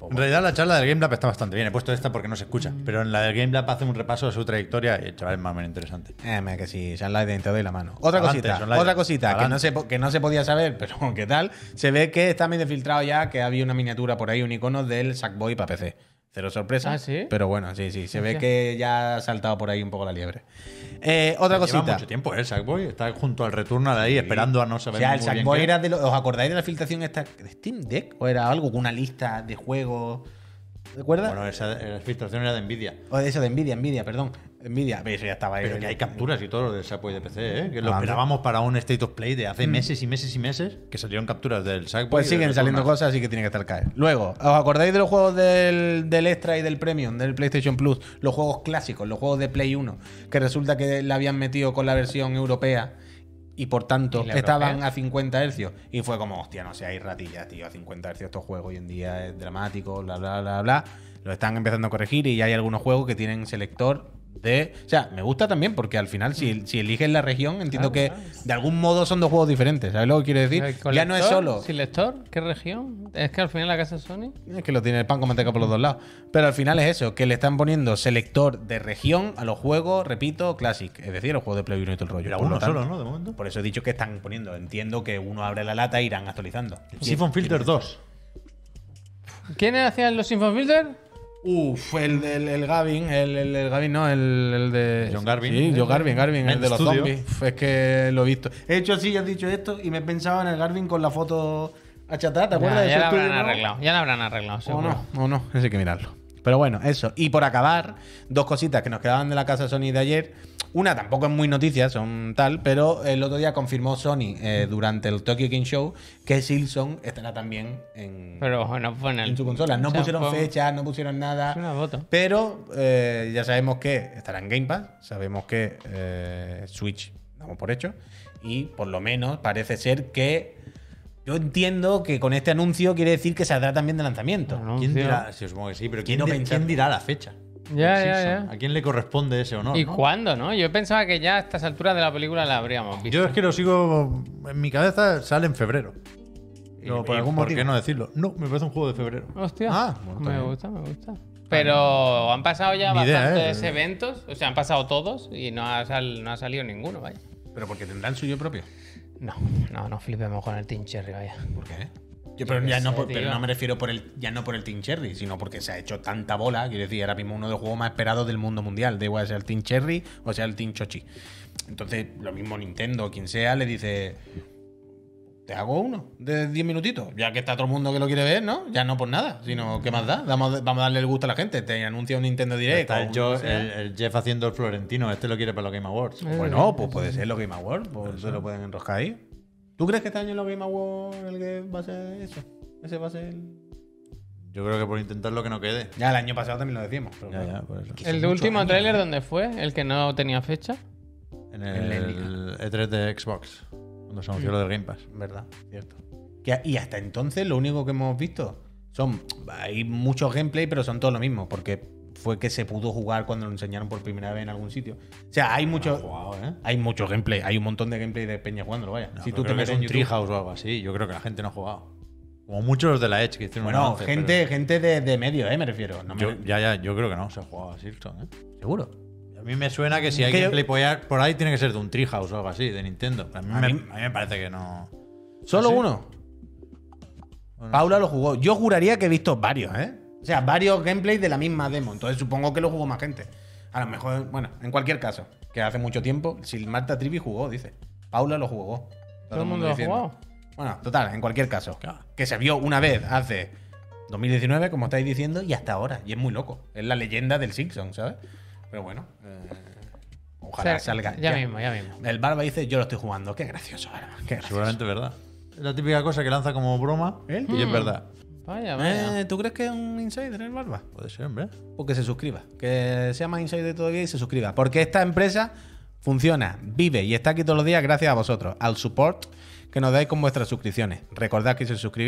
En realidad la charla del Game Lab está bastante bien. He puesto esta porque no se escucha. Pero en la del Game Lab hace un repaso de su trayectoria y el chaval es más o menos interesante. Eh, me que sí, Sunlight te doy la mano. Otra Adelante, cosita, Sunlight. otra cosita que no, Adelante. se, po- que no se podía saber, pero ¿qué tal? Se ve que está medio filtrado ya que había una miniatura por ahí, un icono del Sackboy para P C. Cero sorpresa. ¿Ah, sí? Pero bueno, sí, sí. Se ve Hostia. que ya ha saltado por ahí un poco la liebre. Eh, otra Lleva cosita. mucho tiempo, ¿eh? El Sackboy está junto al Returnal ahí esperando a no O saber sea, el muy bien Sackboy qué. era de lo- ¿Os acordáis de la filtración esta de Steam Deck? ¿O era algo con una lista de juegos? ¿Recuerdas? Bueno, esa, esa filtración era de Nvidia. O de eso, de Nvidia, Nvidia, perdón. Nvidia, eso ya estaba ahí. Pero que hay capturas y todo lo del Sackboy de P C, ¿eh? Que lo Ah, esperábamos para un State of Play de hace meses y meses y meses, que salieron capturas del Sackboy. Pues y del siguen saliendo Returnal. cosas, así que tiene que estar caer. Luego, ¿os acordáis de los juegos del, del Extra y del Premium, del PlayStation Plus? Los juegos clásicos, los juegos de Play uno, que resulta que la habían metido con la versión europea y por tanto ¿Y la estaban europea? a cincuenta hercios. Y fue como, hostia, no seáis ratillas, tío, a cincuenta hercios estos juegos hoy en día es dramático, bla, bla, bla, bla. Lo están empezando a corregir y ya hay algunos juegos que tienen selector de... O sea, me gusta también porque al final si, si eliges la región, entiendo Claro, que claro. de algún modo son dos juegos diferentes. ¿Sabes lo que quiero decir? ¿El Ya no es colector? solo... ¿Sin lector? ¿Qué región? Es que al final la casa de Sony. Es que lo tiene el pan con manteca por los dos lados. Pero al final es eso, que le están poniendo selector de región a los juegos, repito, Classic. Es decir, los juegos de Play uno y todo el rollo. Era Por lo uno tanto, solo, ¿no? De momento. Por eso he dicho que están poniendo. Entiendo que uno abre la lata e irán actualizando. Siphon Filter dos. ¿Quiénes hacían los Sinfon Filter? Uf, el del el Gavin, el, el, el Gavin no, el, el de... John Garvin. Sí, John Garvin, Garvin, Men el de los Studio. zombies. Uf, es que lo he visto. He hecho así, has dicho esto, y me pensaba en el Garvin con la foto achatada, ¿te acuerdas Ya, de ya ese la habrán estudio, no? arreglado. Ya la habrán arreglado, O seguro. no, o no, eso hay que mirarlo. Pero bueno, eso. Y por acabar, dos cositas que nos quedaban de la casa Sony de ayer. Una tampoco es muy noticia, son tal, pero el otro día confirmó Sony eh, durante el Tokyo Game Show que Silson estará también en, Pero bueno, fue en, el, en su consola. No o sea, pusieron fue- fechas, no pusieron nada. fue una foto. Pero eh, ya sabemos que estará en Game Pass, sabemos que eh, Switch, damos por hecho, y por lo menos parece ser que yo entiendo que con este anuncio quiere decir que saldrá también de lanzamiento. Anuncio. ¿Quién dirá? Sí, supongo que sí, pero ¿quién, Quiero di- pensar. quién dirá la fecha? Ya, del ya, Simpson? ya. ¿A quién le corresponde ese honor? ¿Y no? cuándo, no? Yo pensaba que ya a estas alturas de la película la habríamos visto. Yo es que lo sigo. En mi cabeza sale en febrero. Y- No, por y algún ¿por motivo. qué qué no decirlo? No, me parece un juego de febrero. Hostia. Ah, bueno, me también. gusta, me gusta. Pero han pasado ya Ni idea, bastantes ¿eh? eventos. O sea, han pasado todos y no ha, sal- no ha salido ninguno, vaya. Pero porque tendrán suyo propio. No, no, no flipemos con el Team Cherry, vaya. ¿Por qué? Yo, pero qué ya no, sé, por- pero tío. no me refiero por el, ya no por el Team Cherry, sino porque se ha hecho tanta bola. Quiero decir, ahora mismo uno de los juegos más esperados del mundo mundial. Da igual sea el Team Cherry o sea el Team Chochi. Entonces, lo mismo Nintendo, quien sea, le dice: te hago uno de diez minutitos. Ya que está todo el mundo que lo quiere ver, ¿no? Ya no por nada, sino ¿qué más da? Vamos, vamos a darle el gusto a la gente. Te anuncia un Nintendo Direct. Está o el, un- Jo- o sea. el- el Jeff haciendo el florentino. Este lo quiere para los Game Awards. Eh. Bueno, pues puede ser los Game Awards, pues se lo pueden enroscar ahí. ¿Tú crees que este año los Game Awards el que va a ser eso? Ese va a ser el... Yo creo que por intentar lo que no quede. Ya el año pasado también lo decíamos. Pero Ya, claro. ya, por eso. Que ¿El son de muchos último años, tráiler ¿eh? dónde fue? ¿El que no tenía fecha? En En la el E tres de Xbox. Cuando se anunció lo del Game Pass. ¿Verdad? Cierto. Que- y hasta entonces lo único que hemos visto son... Hay muchos gameplay, pero son todo lo mismo. Porque fue que se pudo jugar cuando lo enseñaron por primera vez en algún sitio. O sea, hay mucho... jugado, ¿eh? Hay mucho gameplay. Hay un montón de gameplay de Peña jugándolo, vaya. No, si pero tú te creo que metes es en un YouTube... Treehouse o algo así. Yo creo que la gente no ha jugado. Como muchos los de la Edge que hicieron un Bueno, avance, gente, gente de, de medio, ¿eh? Me refiero. No me- pero- yo- ya, ya, yo creo que no se ha jugado a Silson, ¿eh? Seguro. A mí me suena que si hay Que yo- gameplay por ahí- por ahí tiene que ser de un Treehouse o algo así, de Nintendo. A mí, A me, mí- a mí me parece que no. ¿Solo ¿Ah, sí? uno? Bueno, Paula lo jugó. Yo juraría que he visto varios, ¿eh? O sea, varios gameplays de la misma demo. Entonces supongo que lo jugó más gente. A lo mejor, bueno, en cualquier caso, que hace mucho tiempo, si Marta Trivi jugó, dice. Paula lo jugó. Está ¿Todo el mundo lo ha diciendo. jugado? Bueno, total, en cualquier caso. Claro. Que se vio una vez hace dos mil diecinueve, como estáis diciendo, y hasta ahora. Y es muy loco. Es la leyenda del Simpson, ¿sabes? Pero bueno, eh, ojalá O sea, salga. Ya mismo, ya mismo. El Barba dice, yo lo estoy jugando. Qué gracioso, Barba. Qué gracioso. Seguramente es verdad. Es la típica cosa que lanza como broma ¿Él? y es Mm. verdad. Vaya, vaya. Eh, ¿Tú crees que es un insider el Barba? Puede ser, hombre. Pues que se suscriba. Que sea más insider todavía y se suscriba. Porque esta empresa funciona, vive y está aquí todos los días gracias a vosotros, al support que nos dais con vuestras suscripciones. Recordad que si os suscribís,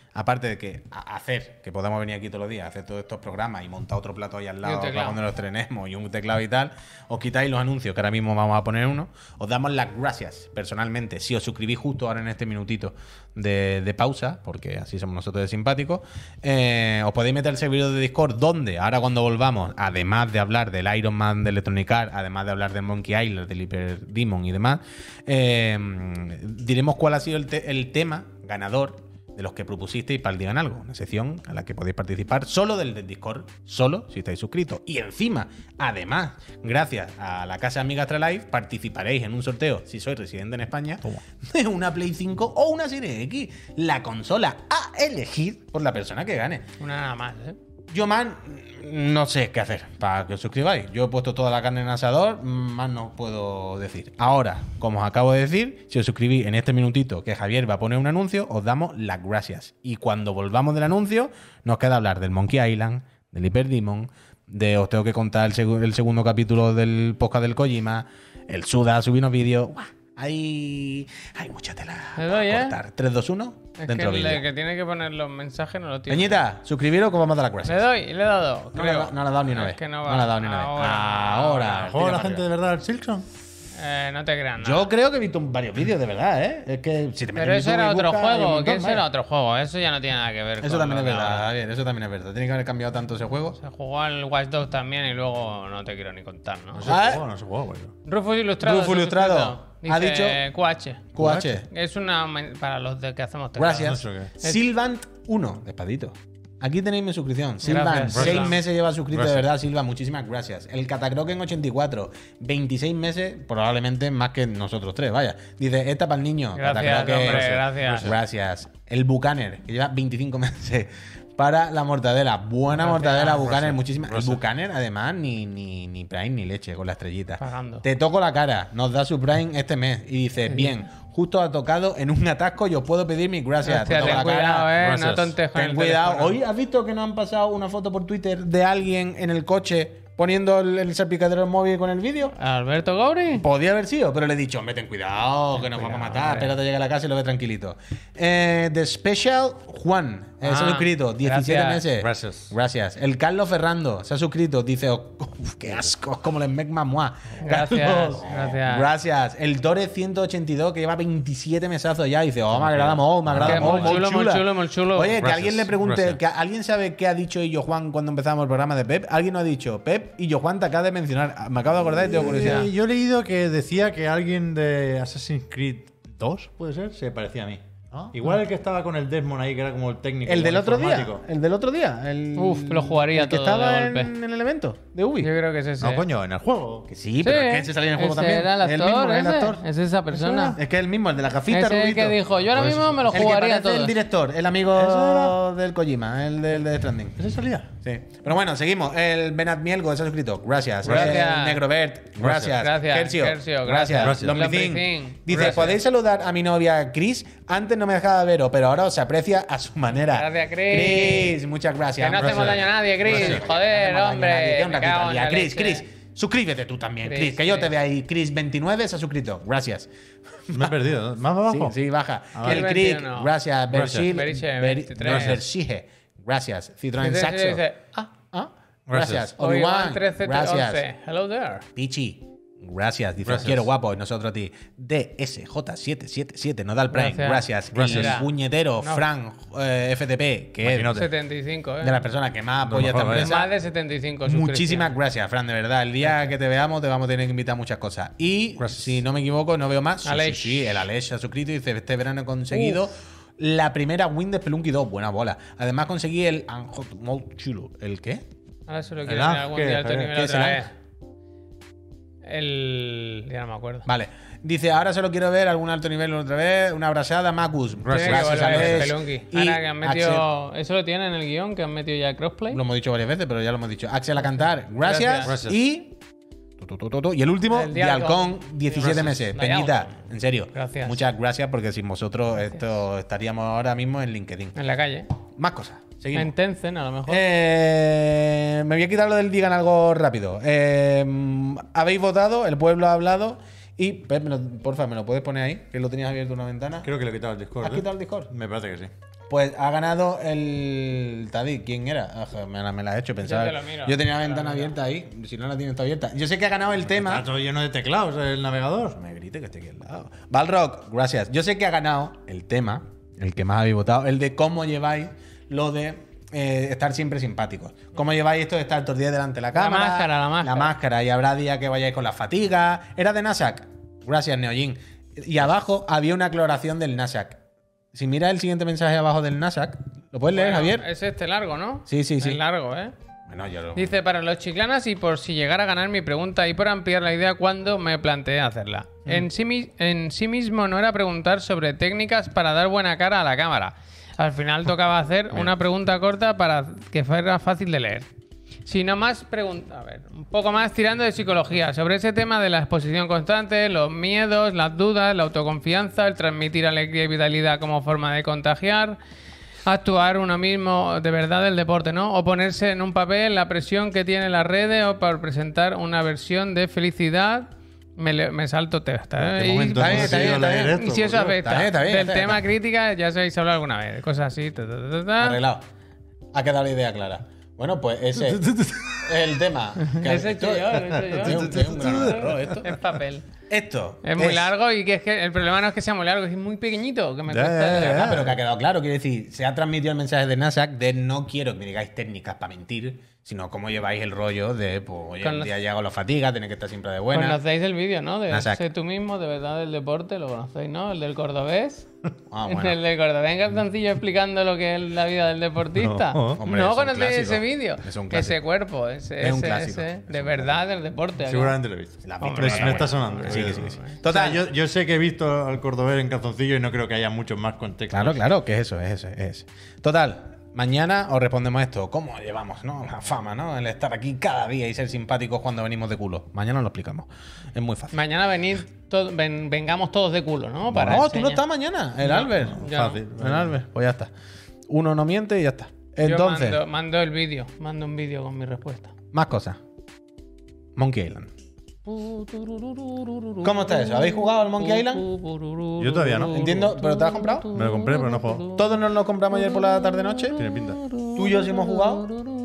aparte de que a- hacer que podamos venir aquí todos los días, hacer todos estos programas y montar otro plato ahí al lado para teclado. cuando los tenemos y un teclado y tal, os quitáis los anuncios, que ahora mismo vamos a poner uno. Os damos las gracias personalmente si os suscribís justo ahora en este minutito de, de pausa, porque así somos nosotros de simpáticos. Eh, os podéis meter al servidor de Discord, donde ahora cuando volvamos, además de hablar del Iron Man de Electronic Arts, además de hablar del Monkey Island, del Hyper Demon y demás, eh, diremos cuál ha sido el, te- el tema ganador de los que propusisteis para el Digan Algo, una sección a la que podéis participar solo del, del Discord, solo si estáis suscritos. Y encima, además, gracias a la Casa Amiga Astralife, participaréis en un sorteo, si sois residente en España, de una Play cinco o una Serie X, la consola a elegir por la persona que gane. Una nada más, ¿eh? Yo, man, no sé qué hacer para que os suscribáis. Yo he puesto toda la carne en el asador, más no os puedo decir. Ahora, como os acabo de decir, si os suscribís en este minutito que Javier va a poner un anuncio, os damos las gracias. Y cuando volvamos del anuncio, nos queda hablar del Monkey Island, del Hyper Demon, de os tengo que contar el, seg- el segundo capítulo del podcast del Kojima, el Suda, subir unos vídeos. ¡Buah! Hay, hay mucha tela Le para doy, ¿eh? cortar. tres, dos, uno, Es que dentro el vídeo. que tiene que poner los mensajes no lo tiene. Peñita, suscribiros que os vamos a dar las gracias. Le doy, le he dado. No, creo. le ha- no le ha dado ni una Es vez. que no, No va. le ha dado ni una vez. Ahora. Ahora. ¿Juega tira la para gente arriba. de verdad al Silkson? Eh, no te creas nada. Yo creo que he visto varios vídeos de verdad, ¿eh? Es que si te metes Pero en eso YouTube era y otro buscas, hay un juego. montón, Que eso vaya. era otro juego. Eso ya no tiene nada que ver. Eso con también es lo de verdad, ahora. Javier. Eso también es verdad. Tiene que haber cambiado tanto ese juego. Se jugó al Watch Dogs también y luego no te quiero ni contar, ¿no? No se Ah, juega, no se juega, güey. Rufus Ilustrado. Rufus se ha Ilustrado suscrito. ha Dice dicho- Q H. Q H. Es una men- para los de que hacemos teclado. Gracias. No sé qué. Silvant uno, despadito. Aquí tenéis mi suscripción. Silvan, Gracias, seis Silvan. meses lleva suscrito Gracias. de verdad, Silvan. Muchísimas gracias. El Catacroken ochenta y cuatro, veintiséis meses, probablemente más que nosotros tres, vaya. Dice, esta para el niño. Gracias, Catacroken. hombre, gracias. Gracias. El Bucaner, que lleva veinticinco meses. Para la mortadela. Buena Gracias. mortadela, Bucaner. Gracias. Muchísimas. El Gracias. Bucaner, además, ni, ni, ni Prime ni leche con la estrellita. Pagando. Te toco la cara. Nos da su Prime este mes. Y dice, bien, justo ha tocado en un atasco y os puedo pedir mis gracias. Te Hostia, toco ten la cuidado, cara. eh. Gracias. No tontes con Ten el cuidado. teléfono. Hoy has visto que nos han pasado una foto por Twitter de alguien en el coche poniendo el, el salpicadero del móvil con el vídeo. Alberto Gauri. Podía haber sido, pero le he dicho, hombre, ten cuidado, que nos vamos a matar. hombre. Espérate a llegar a la casa y lo ve tranquilito. Eh, The Special Juan eh, se ha Ah, suscrito, diecisiete gracias. meses. Gracias. Gracias. El Carlos Ferrando se ha suscrito, dice, oh, uf, qué asco, es como el Mec Mamois. Gracias, Carlos, gracias. Gracias. El Tore ciento ochenta y dos, que lleva veintisiete mesazos ya, dice, oh, me agrada molt, me agrada Que molt, muy chulo, muy chula. chulo, muy chulo. Oye, que Gracias, alguien le pregunte, gracias. que alguien sabe qué ha dicho Illo Juan cuando empezamos el programa de Pep. Alguien nos ha dicho, Pep, Illo Juan te acaba de mencionar. Me acabo de acordar y tengo curiosidad. Eh, yo he leído que decía que alguien de Assassin's Creed dos, puede ser, se parecía a mí. Ah. Igual el que estaba con el Desmond ahí, que era como el técnico. El como del otro día. informático. El del otro día. El, Uf, lo jugaría el que todo estaba de en, golpe. en el evento de Ubi. Yo creo que es ese. No, coño, en el juego. Que sí, pero es que ese salía en el juego ese también. Era el Es actor, mismo, es el ese. actor. Es esa persona. Es que es el mismo, el de la gafita, Ese es el rubito. que dijo, yo ahora Pues mismo me lo El que jugaría parece todo. el director, el amigo del Kojima, el del de Stranding. ¿Ese salía? Sí. Pero bueno, seguimos. El Benat Mielgo se ha suscrito. Gracias. Gracias. El Negrobert. Gracias. Gracias. Kercio. Kercio, Gracias. gracias. Lombricín. Lombricín. Dice, Gracias. ¿podéis saludar a mi novia Chris? Antes no me dejaba veros, pero ahora os aprecia a su manera. Gracias, Chris. Chris, muchas gracias. Que no hacemos Gracias. daño a nadie, Chris. Gracias. Joder, No hacemos daño a hombre. nadie. Queda un me ratito cago al en día. la Chris, leche. Chris. Suscríbete tú también, Chris, Chris, que yo te Chris. veo ahí. Chris veintinueve se ha suscrito. Gracias. Me he perdido. ¿Más Sí, abajo? sí, baja. Ah, el vale. Crick, veintiuno. gracias. Bershil, Beriche, Beri- veintitrés. Bersige, gracias. Citroën Dice- Saxo. dice, ah, Ah, Gracias. gracias. Obi-Wan Obi-Wan, trece gracias. once. Hello there. Pichi, gracias. Dice, Gracias. quiero guapo, y nosotros a ti. D S J siete siete siete, nos da el Prime. Gracias. Gracias. Gracias. Y el puñetero, No. Fran eh, F T P, que Maquinote. setenta y cinco, es eh. de las personas que más apoya esta mejor, ¿eh? empresa. Más de setenta y cinco Muchísimas suscripciones. gracias, Fran, de verdad. El día que te veamos te vamos a tener que invitar a muchas cosas. Y Gracias. si no me equivoco, no veo más. Sí, Aleix. sí, sí, el Aleix se ha suscrito y dice: este verano he conseguido la primera win de Spelunky dos. Buena bola. Además conseguí el Anhot Molt Chulo. ¿El qué? Ahora se lo El quiero mirar Ang, algún ¿qué? día alto ¿Qué nivel es el otra Ang? vez. El. Ya no me acuerdo. Vale. Dice, ahora solo quiero ver algún alto nivel otra vez. Una abrazada, Macus. Tiene que Gracias, volver Aleix. Spelunky. Y Ahora que han metido. Axel. Eso lo tienen en el guión, que han metido ya crossplay. Lo hemos dicho varias veces, pero ya lo hemos dicho. Axel a cantar. Gracias. Gracias. Y... tu, tu, tu, tu, tu. Y el último, El Dialcon, Dialcon. diecisiete Gracias. meses. La Peñita, Dialcon. en serio. Gracias. Muchas gracias porque sin vosotros esto estaríamos ahora mismo en LinkedIn. En la calle. Más cosas. Seguimos. En Tencent, a lo mejor. Eh, me voy a quitar lo del digan algo rápido. Eh, habéis votado, el pueblo ha hablado. Y, Pep, me lo- porfa, ¿me lo puedes poner ahí? Que lo tenías abierto en una ventana. Creo que le he quitado el Discord. ¿Has ¿eh? quitado el Discord? Me parece que sí. Pues ha ganado el Tadi. ¿Quién era? Ah, joder, me, la, me la he hecho pensar. Yo te lo miro. Yo tenía la Te lo ventana miro. abierta ahí. Si no la tienes está abierta. Yo sé que ha ganado el tema. Está todo lleno de teclados el navegador. Me grite que esté aquí al lado. Balrock, gracias. Yo sé que ha ganado el tema, el que más habéis votado, el de cómo lleváis lo de eh, estar siempre simpáticos. Cómo lleváis esto de estar todos los días delante de la cámara. máscara, la máscara. La máscara. Y habrá días que vayáis con la fatiga. Era de Nasak. Gracias, Neojin. Y abajo había una aclaración del Nasak. Si miras el siguiente mensaje abajo del Nasak, ¿lo puedes leer, Bueno, Javier? Es este largo, ¿no? Sí, sí, sí. Es largo, ¿eh? Bueno, yo lo... Dice, para los chiclanas y por si llegara a ganar mi pregunta y por ampliar la idea cuando me planteé hacerla. Mm. En, sí, mi- en sí mismo no era preguntar sobre técnicas para dar buena cara a la cámara. Al final tocaba hacer una pregunta corta para que fuera fácil de leer. Sino más pregunta, a ver, un poco más tirando de psicología, sobre ese tema de la exposición constante, los miedos, las dudas, la autoconfianza, el transmitir alegría y vitalidad como forma de contagiar, actuar uno mismo de verdad del deporte, ¿no? O ponerse en un papel, la presión que tienen las redes o para presentar una versión de felicidad. Me, le- me salto testa, ¿eh? ¿Qué Y- momento está bien, hemos está ido bien, a está leer bien. esto, y si eso por Dios? afecta Está bien, está bien, del está bien, tema está bien. crítica, ya se habéis hablado alguna vez, de cosas así. ta, ta, ta, ta, ta. Arreglado. Ha quedado la idea clara. Bueno, pues ese es el tema. Que Ese he hecho yo, ese he hecho Es yo. un, es un grano de arroz esto. Es papel. Esto Es muy largo y que es que el problema no es que sea muy largo, es que es muy pequeñito, que me Ya, cuesta ya, leer. ya. Ah, pero que ha quedado claro, quiero decir, se ha transmitido el mensaje de Nasak de no quiero que me digáis técnicas para mentir, sino cómo lleváis el rollo de, pues, oye, Con un los- día llego la fatiga, tenéis que estar siempre de buena. Conocéis el vídeo, ¿no? De Nasak. Sé tú mismo, de verdad, del deporte, lo conocéis, ¿no? El del cordobés. Ah, bueno. El del cordobés en calzoncillo explicando lo que es la vida del deportista. No, hombre, ¿No es un conocéis clásico. ese vídeo? Es un clásico. Ese cuerpo, ese, Es un ese, clásico. ese, Es de un verdad del deporte. ¿no? Seguramente lo he visto. La has visto, Me, pero me bueno. está sonando. Sí, sí, sí, sí. O sea, Total. yo, yo sé que he visto al cordobés en calzoncillo y no creo que haya muchos más contextos. Claro, claro, que es eso, es eso, es eso. Total, mañana os respondemos esto. ¿Cómo llevamos, no? La fama, ¿no? El estar aquí cada día y ser simpáticos cuando venimos de culo. Mañana os lo explicamos. Es muy fácil. Mañana venid to- ven- vengamos todos de culo, ¿no? Para no, tú enseñar. no estás mañana. El No, Albert. yo no. Fácil. El Albert. Pues ya está. Uno no miente y ya está. Yo Entonces, mando, mando el vídeo, mando un vídeo con mi respuesta. más cosas. Monkey Island. ¿Cómo ¿Cómo está eso? ¿Habéis jugado al Monkey Island? Yo todavía no. Entiendo, ¿pero te lo has comprado? Me lo compré, pero no he jugado. Todos nos lo compramos ayer por la tarde-noche. Tiene pinta. Tú y yo sí hemos jugado.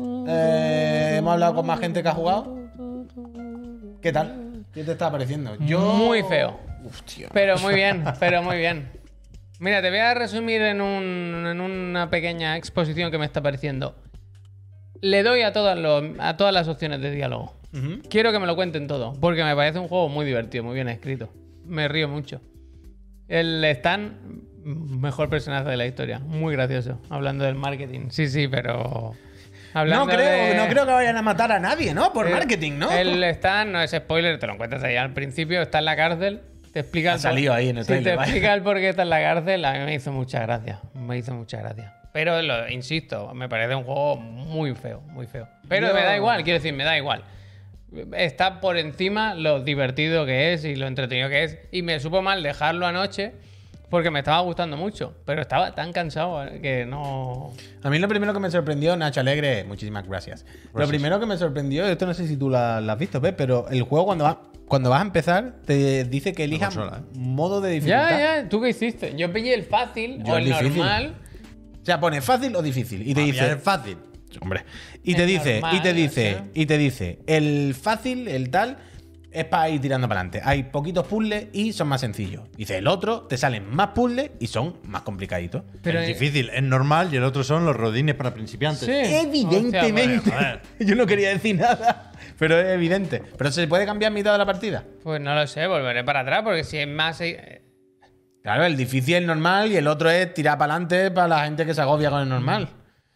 Eh, hemos hablado con más gente que ha jugado. ¿Qué tal? ¿Qué te está pareciendo? Yo... Muy feo. Hostia. Pero muy bien, pero muy bien. Mira, te voy a resumir en, un- en una pequeña exposición que me está pareciendo. Le doy a todas, los- a todas las opciones de diálogo. Ujú. Quiero que me lo cuenten todo, porque me parece un juego muy divertido, muy bien escrito. Me río mucho. El Stan, mejor personaje de la historia. Muy gracioso. Hablando del marketing. Sí, sí, pero... No Hablando creo, de- no creo que vayan a matar a nadie, ¿no? Por el- marketing, ¿no? El Stan, no es spoiler, te lo encuentras ahí al principio, está en la cárcel, te explica... Ha el por- salido ahí en el Sí, trailer, te vaya. explica el por qué está en la cárcel, a mí me hizo mucha gracia, me hizo mucha gracia. Pero, lo, insisto, me parece un juego muy feo, muy feo. Pero Yo- me da igual, quiero decir, me da igual. Está por encima lo divertido que es y lo entretenido que es. Y me supo mal dejarlo anoche porque me estaba gustando mucho. Pero estaba tan cansado eh, que no... A mí lo primero que me sorprendió, Nacho Alegre, muchísimas gracias. Lo primero que me sorprendió, esto no sé si tú lo lo has visto, Pep, pero el juego cuando, va, cuando vas a empezar te dice que elijas consola, ¿eh? modo de dificultad. Ya, ya, ¿tú qué hiciste? Yo pillé el fácil Yo o el el difícil. normal. O sea, pone fácil o difícil. Y te Para mí dice... es fácil. Hombre. Y te El dice, normal, y te dice, ¿sí? y te dice, el fácil, el tal, es para ir tirando para adelante. Hay poquitos puzzles y son más sencillos. Dice, el otro te salen más puzzles y son más complicaditos. Pero es difícil, es normal y el otro son los rodines para principiantes. Sí. Evidentemente. Hostia, joder. Yo no quería decir nada, pero es evidente. Pero se puede cambiar en mitad de la partida. Pues no lo sé, volveré para atrás porque si es más... eh, Claro, el difícil es el normal y el otro es tirar para adelante para la gente que se agobia con el normal.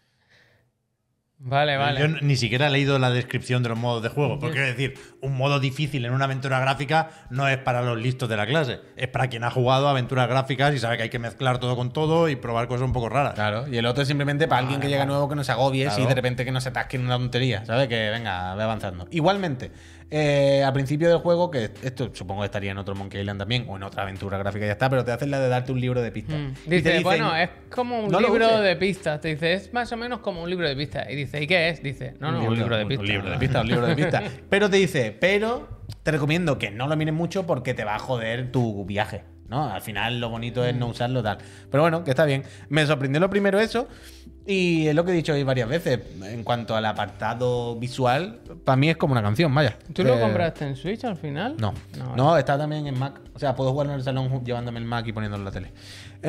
Vale, vale. Yo ni siquiera he leído la descripción de los modos de juego. Porque es decir, un modo difícil en una aventura gráfica no es para los listos de la clase. Es para quien ha jugado aventuras gráficas y sabe que hay que mezclar todo con todo y probar cosas un poco raras. Claro, y el otro es simplemente para alguien que llega nuevo que no se agobie Claro. y de repente que no se atasque en una tontería, ¿sabes? Que venga, ve avanzando. Igualmente, eh, al principio del juego, que esto supongo que estaría en otro Monkey Island también, o en otra aventura gráfica, ya está, pero te hacen la de darte un libro de pistas. Mm. Y te Dice, dicen, bueno, es como un no lo libro uses. de pistas. Te dice, es más o menos como un libro de pistas. Y dice, ¿y qué es? Dice, no, no, un libro de pistas. Un libro de pistas, un libro de pistas. Pero te dice, pero te recomiendo que no lo mires mucho porque te va a joder tu viaje. ¿no? Al final lo bonito es no usarlo tal. Pero bueno, que está bien. Me sorprendió lo primero eso. Y es lo que he dicho hoy varias veces. En cuanto al apartado visual, para mí es como una canción, vaya. ¿Tú lo Eh, compraste en Switch al final? No. No, No, está también en Mac. O sea, puedo jugarlo en el salón ju- llevándome el Mac y poniéndolo en la tele.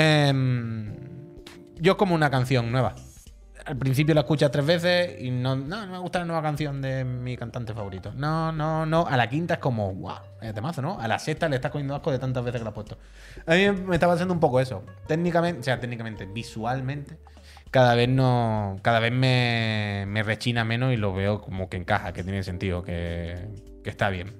Em, yo es como una canción nueva. Al principio la escuchas tres veces y no, no, no me gusta la nueva canción de mi cantante favorito. No, no, no. A la quinta es como, guau, es temazo, ¿no? A la sexta le estás cogiendo asco de tantas veces que la has puesto. A mí me está pasando un poco eso. Técnicamente, o sea, técnicamente, visualmente, cada vez no. Cada vez me, me rechina menos y lo veo como que encaja, que tiene sentido, que, que está bien.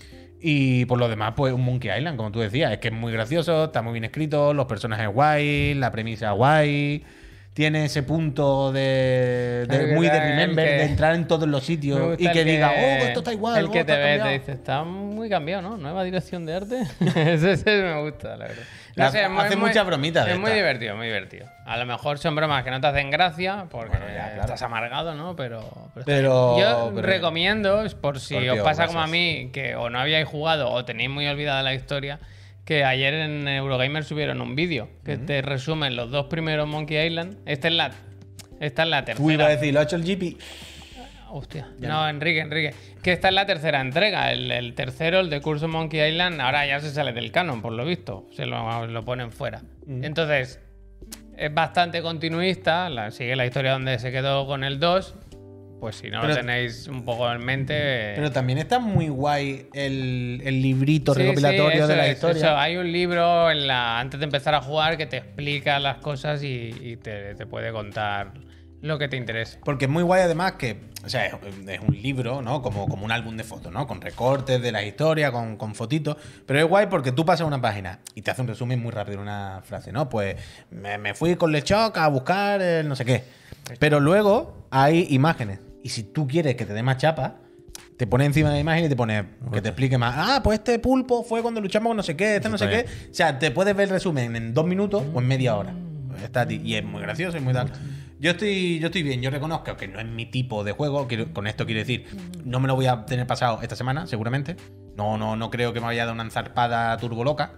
Y por lo demás, pues un Monkey Island, como tú decías, es que es muy gracioso, está muy bien escrito, los personajes guay, la premisa guay. Tiene ese punto de, de- El que muy de da- el remember, que- de entrar en todos los Me sitios gusta y el que diga, oh, esto está igual. El oh, que esto te ha ve te cambiado". dice, está muy cambiado, ¿no? Nueva dirección de arte. ese, ese me gusta, la verdad. No Hace- sé, es muy- hace es muy- muchas bromitas de Es muy estas. divertido, muy divertido. A lo mejor son bromas que no te hacen gracia porque Bueno, ya, claro. estás amargado, ¿no? Pero, pero, Pero- yo pero- recomiendo, por si Scorpio, os pasa como a gracias. mí, que o no habíais jugado o tenéis muy olvidada la historia, que ayer en Eurogamer subieron un vídeo que te resumen los dos primeros Monkey Island. Esta es la, esta es la tercera. Tú ibas a decir, lo ha hecho el G P. Hostia. Ya No, Enrique, Enrique. Que esta es la tercera entrega. El, el tercero, el de Curso Monkey Island, ahora ya se sale del canon, por lo visto. Se lo, lo ponen fuera. Entonces, es bastante continuista. La, sigue la historia donde se quedó con el dos. Pues si no Pero- lo tenéis un poco en mente. Pero también está muy guay el, el librito Sí, recopilatorio sí, eso de la es, historia. eso. Hay un libro en la, antes de empezar a jugar que te explica las cosas y, y te, te puede contar lo que te interese. Porque es muy guay además que, o sea, es, es un libro, ¿no? Como, como un álbum de fotos, ¿no? Con recortes de la historia, con, con fotitos. Pero es guay porque tú pasas una página y te hace un resumen muy rápido, una frase, ¿no? Pues me, me fui con Lechok a buscar el no sé qué. Pero luego hay imágenes. Y si tú quieres que te dé más chapa, te pone encima de la imagen y te pone que te explique más. Ah, pues este pulpo fue cuando luchamos con no sé qué, este Eso no sé está qué. O sea, te puedes ver el resumen en dos minutos o en media hora. Está a ti. Y es muy gracioso y muy tal. Yo estoy, yo estoy bien, yo reconozco que no es mi tipo de juego. Quiero- con esto quiero decir, no me lo voy a tener pasado esta semana, seguramente. No, no, no creo que me vaya a dar una enzarpada turbo loca.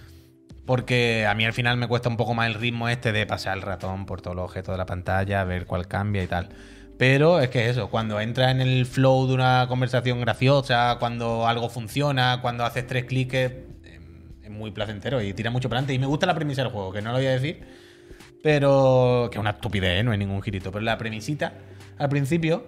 Porque a mí al final me cuesta un poco más el ritmo este de pasar el ratón por todos los objetos de la pantalla, ver cuál cambia y tal. Pero es que eso, cuando entras en el flow de una conversación graciosa, cuando algo funciona, cuando haces tres clics, es, es muy placentero y tira mucho para adelante. Y me gusta la premisa del juego, que no lo voy a decir, pero que es una estupidez, ¿eh? No hay ningún girito. Pero la premisita, al principio,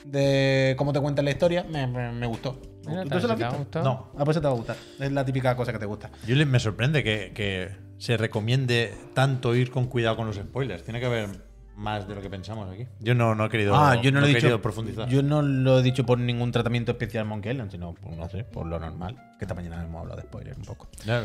de cómo te cuentan la historia, me, me- me gustó. Mira, ¿Tú se lo has ¿te ha visto? gustado? No, ah, pues eso te va a gustar. Es la típica cosa que te gusta. Yo le- me sorprende que, que se recomiende tanto ir con cuidado con los spoilers. Tiene que haber más de lo que pensamos aquí. Yo no, no he querido, Ah, yo no, lo he querido dicho. profundizar. Yo no lo he dicho por ningún tratamiento especial Monkey Island, sino por, no sé, por lo normal. Que esta mañana hemos hablado de spoilers un poco. Ya,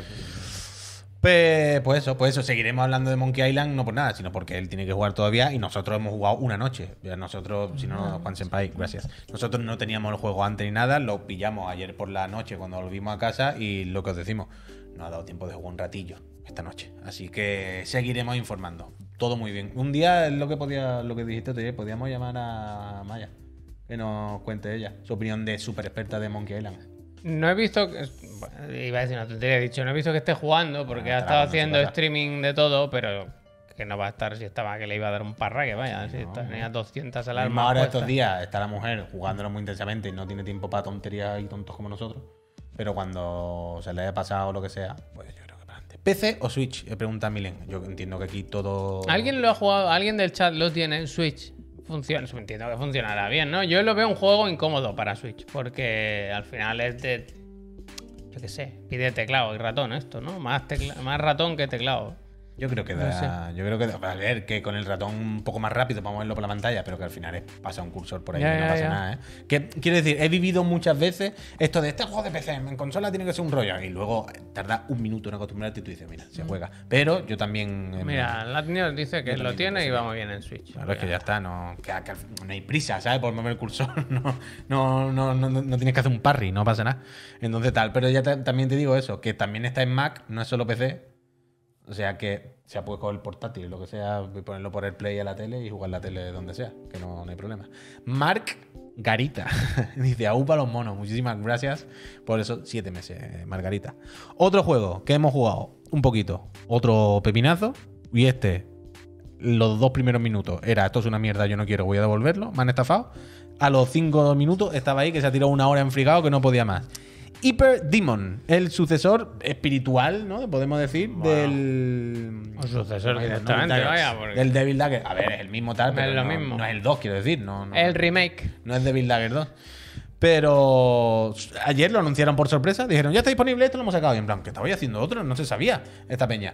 Pues, pues eso, pues eso, seguiremos hablando de Monkey Island, no por nada, sino porque él tiene que jugar todavía y nosotros hemos jugado una noche. Ya nosotros, si no, Juan Senpai, gracias. Nosotros no teníamos el juego antes ni nada, lo pillamos ayer por la noche cuando volvimos a casa y lo que os decimos, no ha dado tiempo de jugar un ratillo esta noche. Así que seguiremos informando. Todo muy bien. Un día es lo que podía, lo que dijiste tú, podíamos llamar a Maya, que nos cuente ella su opinión de super experta de Monkey Island. No he visto que. Bueno, iba a decir una tontería, he dicho, no he visto que esté jugando porque Ah, ha estará estado con su haciendo casa. streaming de todo, pero que no va a estar si estaba que le iba a dar un parraque, vaya, si tenía doscientas Alarma alarmas. ahora puestas. estos días está la mujer jugándolo muy intensamente y no tiene tiempo para tonterías y tontos como nosotros. Pero cuando se le haya pasado lo que sea, pues yo creo que para adelante. ¿P C o Switch? Eh, Pregunta Milen. Yo entiendo que aquí todo. ¿Alguien lo ha jugado? ¿Alguien del chat lo tiene en Switch? Funciona, entiendo que funcionará bien, ¿no? Yo lo veo un juego incómodo para Switch, porque al final es de. Yo qué sé, pide teclado y ratón esto, ¿no? Más, tecla- más ratón que teclado. Yo creo que No da. Yo creo que da. A ver, que con el ratón un poco más rápido para moverlo por la pantalla, pero que al final es, pasa un cursor por ahí Ya, y no ya, pasa ya. nada, ¿eh? Que quiero decir, he vivido muchas veces esto de este juego de P C, en consola tiene que ser un rollo. Y luego tarda un minuto en acostumbrarte y tú dices, mira, se juega. Pero yo también. eh, Mira, Latnios dice que Yo lo también tiene creo y que va sí. muy bien en Switch. Claro, es que ya está, no, que, que no hay prisa, ¿sabes? Por mover el cursor, no, no, no, no, no tienes que hacer un parry, no pasa nada. Entonces tal, pero ya te- también te digo eso, que también está en Mac, no es solo P C, o sea que se puede coger el portátil, lo que sea, y ponerlo por el Play a la tele y jugar la tele donde sea, que no, no hay problema. Mark Garita dice, aupa los monos, muchísimas gracias por esos siete meses, Margarita. Otro juego que hemos jugado, un poquito. Otro pepinazo. Y este, los dos primeros minutos, era esto es una mierda, yo no quiero, voy a devolverlo. Me han estafado. A los cinco minutos estaba ahí que se ha tirado una hora enfrigado que no podía más. Hyper Demon, el sucesor espiritual, ¿no? Podemos decir, Wow. del. O sucesor No, directamente, no, no, vaya. Porque Del Devil Dagger. A ver, es el mismo tal, pero Es lo no, mismo. no es el dos, quiero decir. No, no, el remake. no es Devil Dagger dos. Pero ayer lo anunciaron por sorpresa. Dijeron, ya está disponible, esto lo hemos sacado. Y en plan, que estaba haciendo otro, no se sabía esta peña.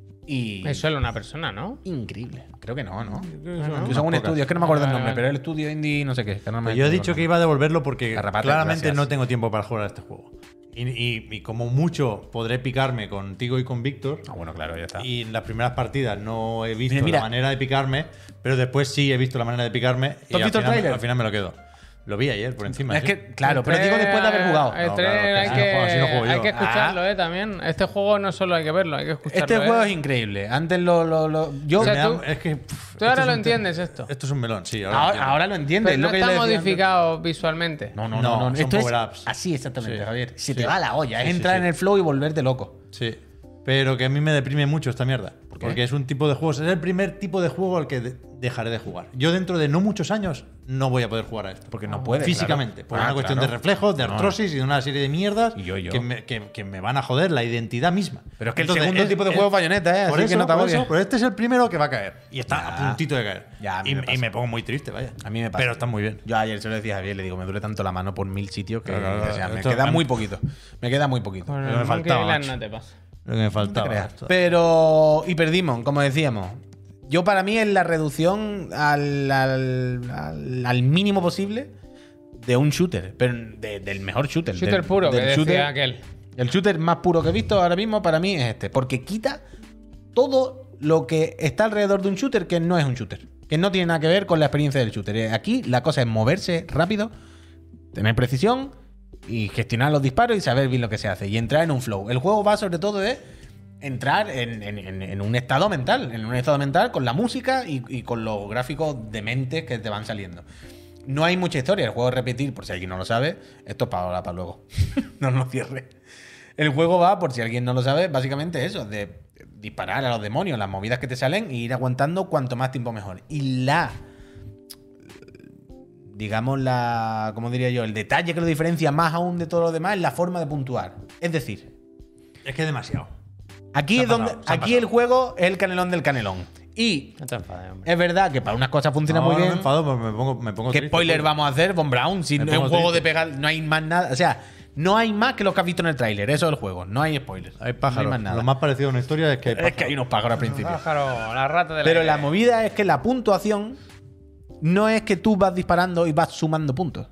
Y. Es solo una persona, ¿no? Increíble. Creo que no, ¿no? no. Que son un Unas estudio, es que no me acuerdo el Vale, nombre, vale. pero el estudio indie, no sé qué. Que no me Pues yo he acuerdo dicho el que nombre. iba a devolverlo porque Garrapate, claramente gracias. no tengo tiempo para jugar a este juego. Y, y- y como mucho podré picarme contigo y con Víctor. Ah, bueno, claro, ya está. Y en las primeras partidas no he visto Mira, mira. la manera de picarme, pero después sí he visto la manera de picarme. ¿Tú has Y al visto el final, tráiler? al final me lo quedo. Lo vi ayer por encima. Es sí. que, claro, El pero digo trailer- después de haber jugado. El No, trailer claro, hay, así que, no juego- así no juego hay yo. que escucharlo, Ah. ¿eh? También. Este juego no solo hay que verlo, hay que escucharlo. Este ¿eh? juego es increíble. Antes lo. lo, lo- yo. O sea, Me da- tú- es que, pff, Tú esto ahora es lo un te- entiendes esto. Esto es un melón, sí. Ahora, lo ahora, entiendo. ahora lo entiendes. Pero es no lo que yo está le decía antes. modificado visualmente. No, no, No, no. no. son Esto es power-ups. así exactamente, Sí. Javier. Se Sí. te va la olla. Sí, es sí, entrar sí. en el flow y volverte loco. Sí. Pero que a mí me deprime mucho esta mierda. ¿Por qué? Porque es un tipo de juegos. Es el primer tipo de juego al que de- dejaré de jugar. Yo dentro de no muchos años no voy a poder jugar a esto. Porque no puedes. Físicamente. claro. Por Ah, una cuestión claro. de reflejos, de No. artrosis y de una serie de mierdas Y yo, yo. Que, me, que- que me van a joder la identidad misma. Pero es que el Entonces, segundo es- tipo de es- juego es Bayonetta, ¿eh? Por Así eso, que no te por agobies. eso, pero este es el primero que va a caer. Y está Ya. a puntito de caer. Ya, a mí y, me y pasa. me pongo muy triste, vaya. A mí me pasa. Pero está muy bien. Yo ayer se lo decía a Javier, le digo, me duele tanto la mano por mil sitios que Claro, claro, o sea, me esto- queda muy poquito. Me queda muy poquito. Con Pero el me Monkey faltaba, Island macho. no te pasa. Lo que me faltaba. creas. esto. Pero Hyper Demon, como decíamos, yo para mí es la reducción al, al, al- al mínimo posible de un shooter, pero de- del mejor shooter. Shooter del- puro, del que shooter- decía aquel. El shooter más puro que he visto ahora mismo para mí es este, porque quita todo lo que está alrededor de un shooter que no es un shooter, que no tiene nada que ver con la experiencia del shooter. Aquí la cosa es moverse rápido, tener precisión y gestionar los disparos y saber bien lo que se hace y entrar en un flow. El juego va sobre todo de entrar en, en- en- en un estado mental, en un estado mental con la música y, y con los gráficos dementes que te van saliendo. No hay mucha historia, el juego es repetir, por si alguien no lo sabe, esto es para ahora, para luego. No nos cierre. El juego va, por si alguien no lo sabe, básicamente eso, de disparar a los demonios, las movidas que te salen y ir aguantando cuanto más tiempo mejor. Y la digamos, la. ¿Cómo diría yo? El detalle que lo diferencia más aún de todo lo demás es la forma de puntuar. Es decir, Es que es demasiado. aquí Se es han donde. pasado, se han Aquí el juego es el canelón del canelón. Y No te enfades, hombre. es verdad que para unas cosas funciona No, muy no bien. me enfado, pues me pongo, me pongo ¿Qué triste, spoiler pues. vamos a hacer, Von Braun? Si Me no es un pongo juego de triste. pegar, no hay más nada. O sea, no hay más que lo que has visto en el tráiler. Eso es el juego. No hay spoilers. Hay pájaros. No hay más nada. Lo más parecido a una historia es que hay Es que hay unos pájaros al principio. Pájaro, la rata de la Pero aire. la movida es que la puntuación no es que tú vas disparando y vas sumando puntos.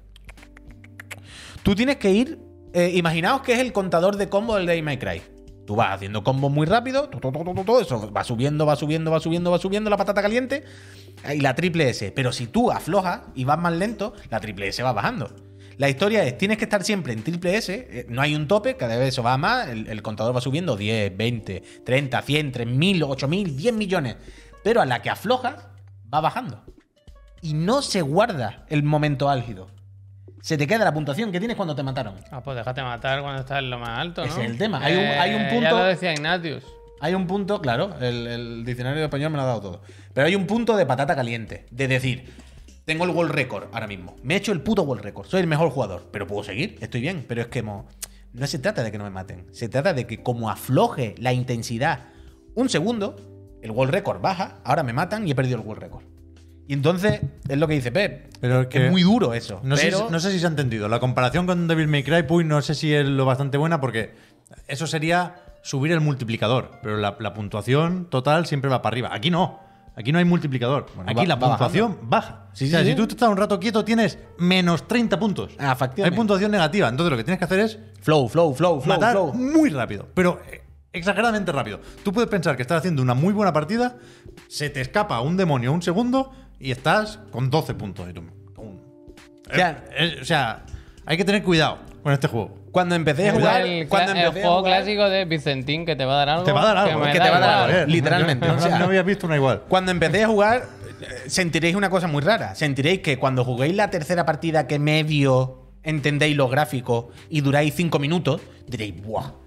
Tú tienes que ir. Eh, imaginaos que es el contador de combos del Devil May Cry. Tú vas haciendo combos muy rápido, todo, todo, todo, todo eso va subiendo, va subiendo, va subiendo, va subiendo la patata caliente y la triple S. Pero si tú aflojas y vas más lento, la triple S va bajando. La historia es, tienes que estar siempre en triple S, eh, no hay un tope, cada vez eso va más, el, el contador va subiendo diez, veinte, treinta, cien, tres mil, ocho mil, diez millones. Pero a la que aflojas, va bajando. Y no se guarda el momento álgido. Se te queda la puntuación que tienes cuando te mataron. Ah, pues déjate matar cuando estás en lo más alto, ¿no? Ese es el tema. Hay un- hay un Eh, punto- Ya lo decía Ignatius. Hay un punto, claro, el, el diccionario de español me lo ha dado todo. Pero hay un punto de patata caliente. De decir, tengo el world record ahora mismo. Me he hecho el puto world record. Soy el mejor jugador. Pero puedo seguir, estoy bien. Pero es que mo- no se trata de que no me maten. Se trata de que como afloje la intensidad un segundo, el world record baja, ahora me matan y he perdido el world record. Y entonces, es lo que dice Pep. Pero es, es que- muy duro eso. No, pero sé, si- no sé si se ha entendido. La comparación con Devil May Cry, pues no sé si es lo bastante buena porque eso sería subir el multiplicador. Pero la, la puntuación total siempre va para arriba. Aquí no. Aquí no hay multiplicador. Bueno, Aquí va- la va puntuación baja. Sí, o sea, sí, si sí. tú te estás un rato quieto, tienes menos treinta puntos. Ah, Hay efectivamente. puntuación negativa. Entonces lo que tienes que hacer es Flow, flow, flow, flow, matar flow. muy rápido. Pero eh, exageradamente rápido. Tú puedes pensar que estás haciendo una muy buena partida, se te escapa un demonio un segundo y estás con doce puntos. Y tú, un- Ya. Eh, eh, o sea, hay que tener cuidado con este juego. Cuando empecé a Es jugar, el, cuando cla- el empecé a juego jugar- clásico de Vicentín que te va a dar algo. Te va a dar algo, me es que da te va a dar igual. algo. Joder, literalmente, No, o no- sea- no había visto una igual. Cuando empecé a jugar, eh, sentiréis una cosa muy rara. Sentiréis que cuando juguéis la tercera partida que medio entendéis los gráficos y duráis cinco minutos, diréis, ¡buah!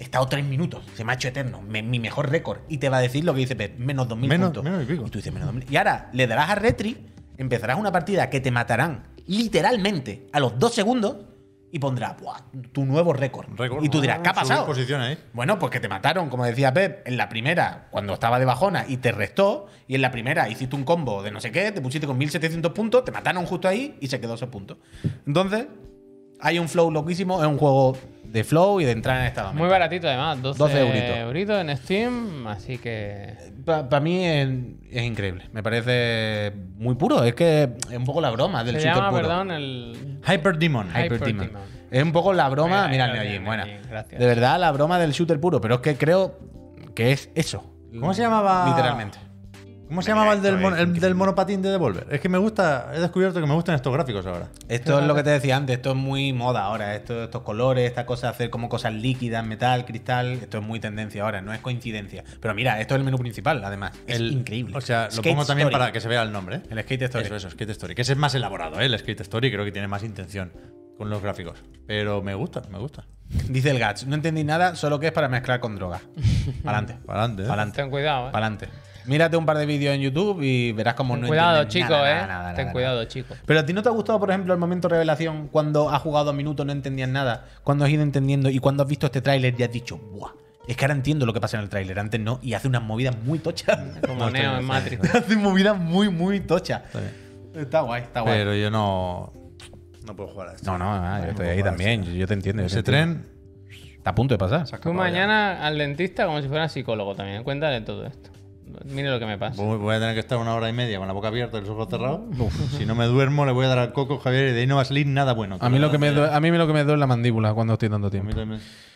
he estado tres minutos, se me ha hecho eterno, me- mi mejor récord. Y te va a decir lo que dice Pep, menos dos mil Menos- puntos. menos y pico. tú dices menos dos mil. Y ahora le darás a Retri, empezarás una partida que te matarán literalmente a los dos segundos y pondrás "Buah, tu nuevo récord". Récord, Y tú dirás, ah, ¿qué ha subir pasado? posiciones ahí. Bueno, pues que te mataron, como decía Pep, en la primera, cuando estaba de bajona y te restó, y en la primera hiciste un combo de no sé qué, te pusiste con mil setecientos puntos, te mataron justo ahí y se quedó esos puntos. Entonces, hay un flow loquísimo, es un juego de flow y de entrar en estado Muy mental. baratito además, doce, doce euritos. euritos en Steam, así que... Para mí es, es increíble, me parece muy puro, es que es un poco la broma del Se shooter llama, puro. perdón, el... Hyper Demon. Hyper Hyper Demon. Demon. Es un poco la broma, Mira, mira el mira, Neojin, mira, buena. Neojin, gracias. De verdad, la broma del shooter puro, pero es que creo que es eso. ¿Cómo se llamaba? Literalmente. ¿Cómo se llamaba el del, esto mon- es el increíble. del monopatín de Devolver? Es que me gusta, he descubierto que me gustan estos gráficos ahora. Esto es lo que te decía antes, esto es muy moda ahora, esto, estos colores, esta cosa de hacer como cosas líquidas, metal, cristal, esto es muy tendencia ahora, no es coincidencia. Pero mira, esto es el menú principal, además. Es El- increíble. O sea, lo Skate pongo también Story. para que se vea el nombre. ¿eh? El Skate Story. Eso, eso, Skate Story. Que ese es más elaborado, ¿eh? El Skate Story creo que tiene más intención con los gráficos. Pero me gusta, me gusta. Dice el Gats, no entendí nada, solo que es para mezclar con droga. Pa'lante. Pa'lante, ¿eh? Pa'lante. Ten cuidado, eh. Pa'lante. Mírate un par de vídeos en YouTube y verás cómo Ten no cuidado, entiendes chico, nada, eh. nada, nada, Ten nada, cuidado, nada. chico. Pero a ti no te ha gustado, por ejemplo, el momento revelación cuando has jugado dos minutos, no entendías nada, cuando has ido entendiendo y cuando has visto este tráiler y has dicho, ¡buah! Es que ahora entiendo lo que pasa en el tráiler, antes no, y hace unas movidas muy tochas. Como No, estoy Neo bien, en estoy Matrix. hace movidas muy, muy tochas. Está bien. Está guay, está guay. Pero yo no. No puedo jugar a esto. no, no, ah, yo No estoy puedo ahí jugar a también, esto. yo, yo te entiendo. yo te Ese entiendo. tren. Está a punto de pasar. se ha Tú acabado ya. mañana al dentista como si fuera psicólogo también. Cuéntale todo esto. Mire lo que me pasa. Voy voy a tener que estar una hora y media con la boca abierta y los ojos cerrados. Si no me duermo, le voy a dar al coco, Javier, y de ahí no va a salir nada bueno. A mí, lo que me duele, a mí lo que me duele es la mandíbula cuando estoy dando A mí tiempo. también.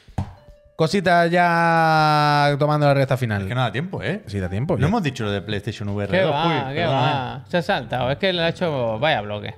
Cositas ya tomando la recta final. Es que no da tiempo, ¿eh? Sí, da tiempo. No ya. hemos dicho lo de PlayStation V R ¿Qué dos. va? Uy, ¿Qué perdóname. va? Se ha saltado. Es que le ha hecho vaya bloque.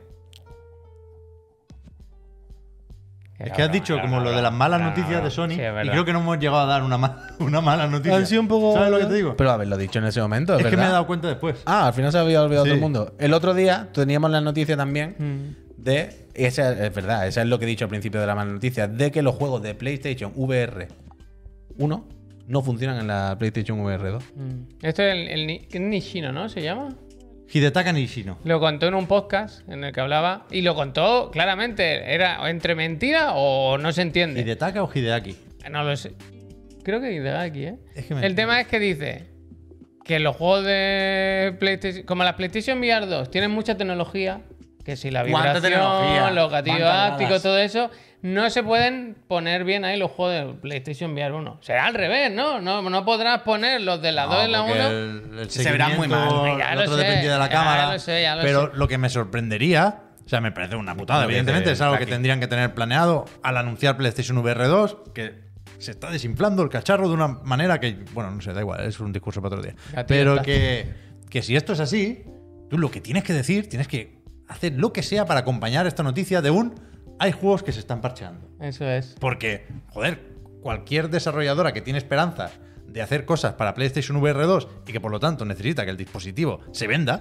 Es que has dicho como lo de las malas noticias de Sony Sí, es y verdad. creo que no hemos llegado a dar una, ma- una mala noticia. Han sido un poco. ¿Sabes lo que te digo? Pero haberlo dicho en ese momento, es es que me he verdad. dado cuenta después. Ah, al final se había olvidado Sí. todo el mundo. El otro día teníamos la noticia también Mm. de. Y esa es verdad, esa es lo que he dicho al principio de la mala noticia. De que los juegos de PlayStation V R uno no funcionan en la PlayStation V R dos. Mm. Esto es el, el Ni- ¿qué es Nishino, ¿no? ¿Se llama? Hidetaka Nishino. Lo contó en un podcast en el que hablaba y lo contó claramente. ¿Era entre mentira o no se entiende? ¿Hidetaka o Hideaki? No lo sé. Creo que de aquí, ¿eh? Es que me- El tema es que dice que los juegos de PlayStation, como las PlayStation V R dos, tienen mucha tecnología, que si la ¿Cuánta vibración, tecnología? los gatillos ¿Cuántas ápticos, gradas? todo eso, no se pueden poner bien ahí los juegos de PlayStation V R uno. Será al revés, ¿no? No, no podrás poner los de la dos y la porque uno. el- el Se verá muy seguimiento, mal. Ya el lo otro sé, depende de la ya cámara. lo sé, ya lo pero sé. lo que me sorprendería, o sea, me parece una putada. Obviamente, Evidentemente es algo que tracking. tendrían que tener planeado al anunciar PlayStation V R dos, que se está desinflando el cacharro de una manera que, bueno, no sé, da igual, es un discurso para otro día. Gatillo Pero táctil. que, que si esto es así, tú lo que tienes que decir, tienes que hacer lo que sea para acompañar esta noticia de un hay juegos que se están parcheando. Eso es. Porque, joder, cualquier desarrolladora que tiene esperanzas de hacer cosas para PlayStation V R dos y que por lo tanto necesita que el dispositivo se venda,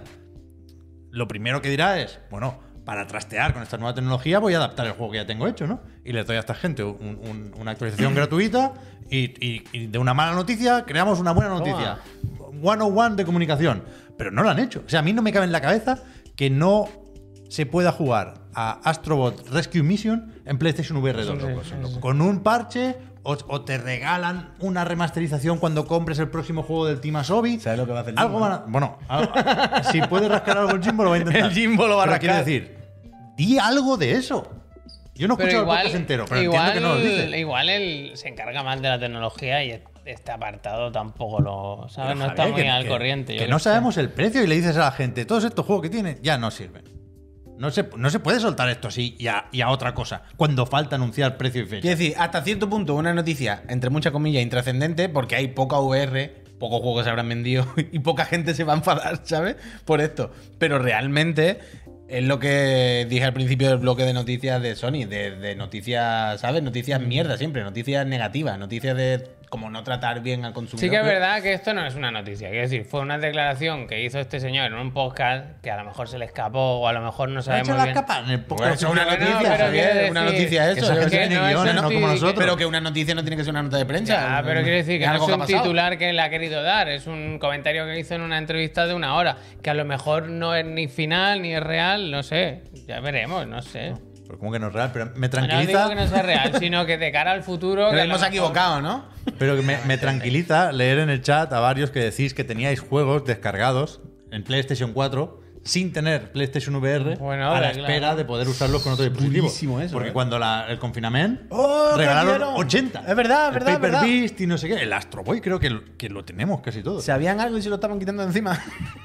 lo primero que dirá es, bueno, para trastear con esta nueva tecnología voy a adaptar el juego que ya tengo hecho, ¿no? Y le doy a esta gente un- un- una actualización gratuita y, y- y de una mala noticia creamos una buena noticia. one oh one de comunicación. Pero no lo han hecho. O sea, a mí no me cabe en la cabeza que no se pueda jugar a Astrobot Rescue Mission en PlayStation V R dos. Son locos, son locos. Con un parche o, o te regalan una remasterización cuando compres el próximo juego del Team Asobi. ¿Sabes lo que va a hacer el Algo Jimbo, van a- Bueno, algo- si puede rascar algo el Jimbo lo va a intentar. El Jimbo lo va a Pero rascar. quiero decir, di algo de eso. Yo no he Pero escuchado igual, el podcast entero, pero igual, entiendo que no lo dice. igual él se encarga más de la tecnología y este apartado tampoco lo. ¿Sabes? Pero, no está Javier, muy que- al que- corriente. yo Que qué no sé. sabemos el precio y le dices a la gente, todos estos juegos que tienen ya no sirven. No se, no se puede soltar esto así y a, y a otra cosa, cuando falta anunciar precio y fecha. Quiero decir, hasta cierto punto una noticia, entre muchas comillas, intrascendente, porque hay poca V R, pocos juegos se habrán vendido y poca gente se va a enfadar, ¿sabes? Por esto. Pero realmente es lo que dije al principio del bloque de noticias de Sony, de, de noticias, ¿sabes? Noticias mierda siempre, noticias negativas, noticias de como no tratar bien al consumidor. Sí que es verdad que esto no es una noticia. Quiero decir, fue una declaración que hizo este señor en un podcast que a lo mejor se le escapó o a lo mejor no ¿Ha sabemos hecho la bien. capa en el Pues podcast? eso es una Bueno, noticia, pero Javier, quiero una decir noticia que eso. esa es gente que tiene no es guiones, no noti- como nosotros. Pero que una noticia no tiene que ser una nota de prensa. Ya, pero quiero decir que Es no algo es que ha un pasado. titular que le ha querido dar, es un comentario que hizo en una entrevista de una hora, que a lo mejor no es ni final ni es real, no sé, ya veremos, no sé. Pero como que no es real, pero me No tranquiliza. digo que no sea real, sino que de cara al futuro... Pero que a lo hemos mejor- equivocado, ¿no? Pero que me, me tranquiliza leer en el chat a varios que decís que teníais juegos descargados en PlayStation cuatro sin tener PlayStation V R Bueno, a la claro. espera de poder usarlos con otro dispositivo. durísimo eso, Porque ¿eh? cuando la- el confinamiento ¡Oh, regalaron cambiaron! ochenta. Es verdad, es El verdad, es Paper verdad. Beast y no sé qué. El Astro Boy creo que, lo- que lo tenemos casi todo. Sabían algo y se lo estaban quitando de encima.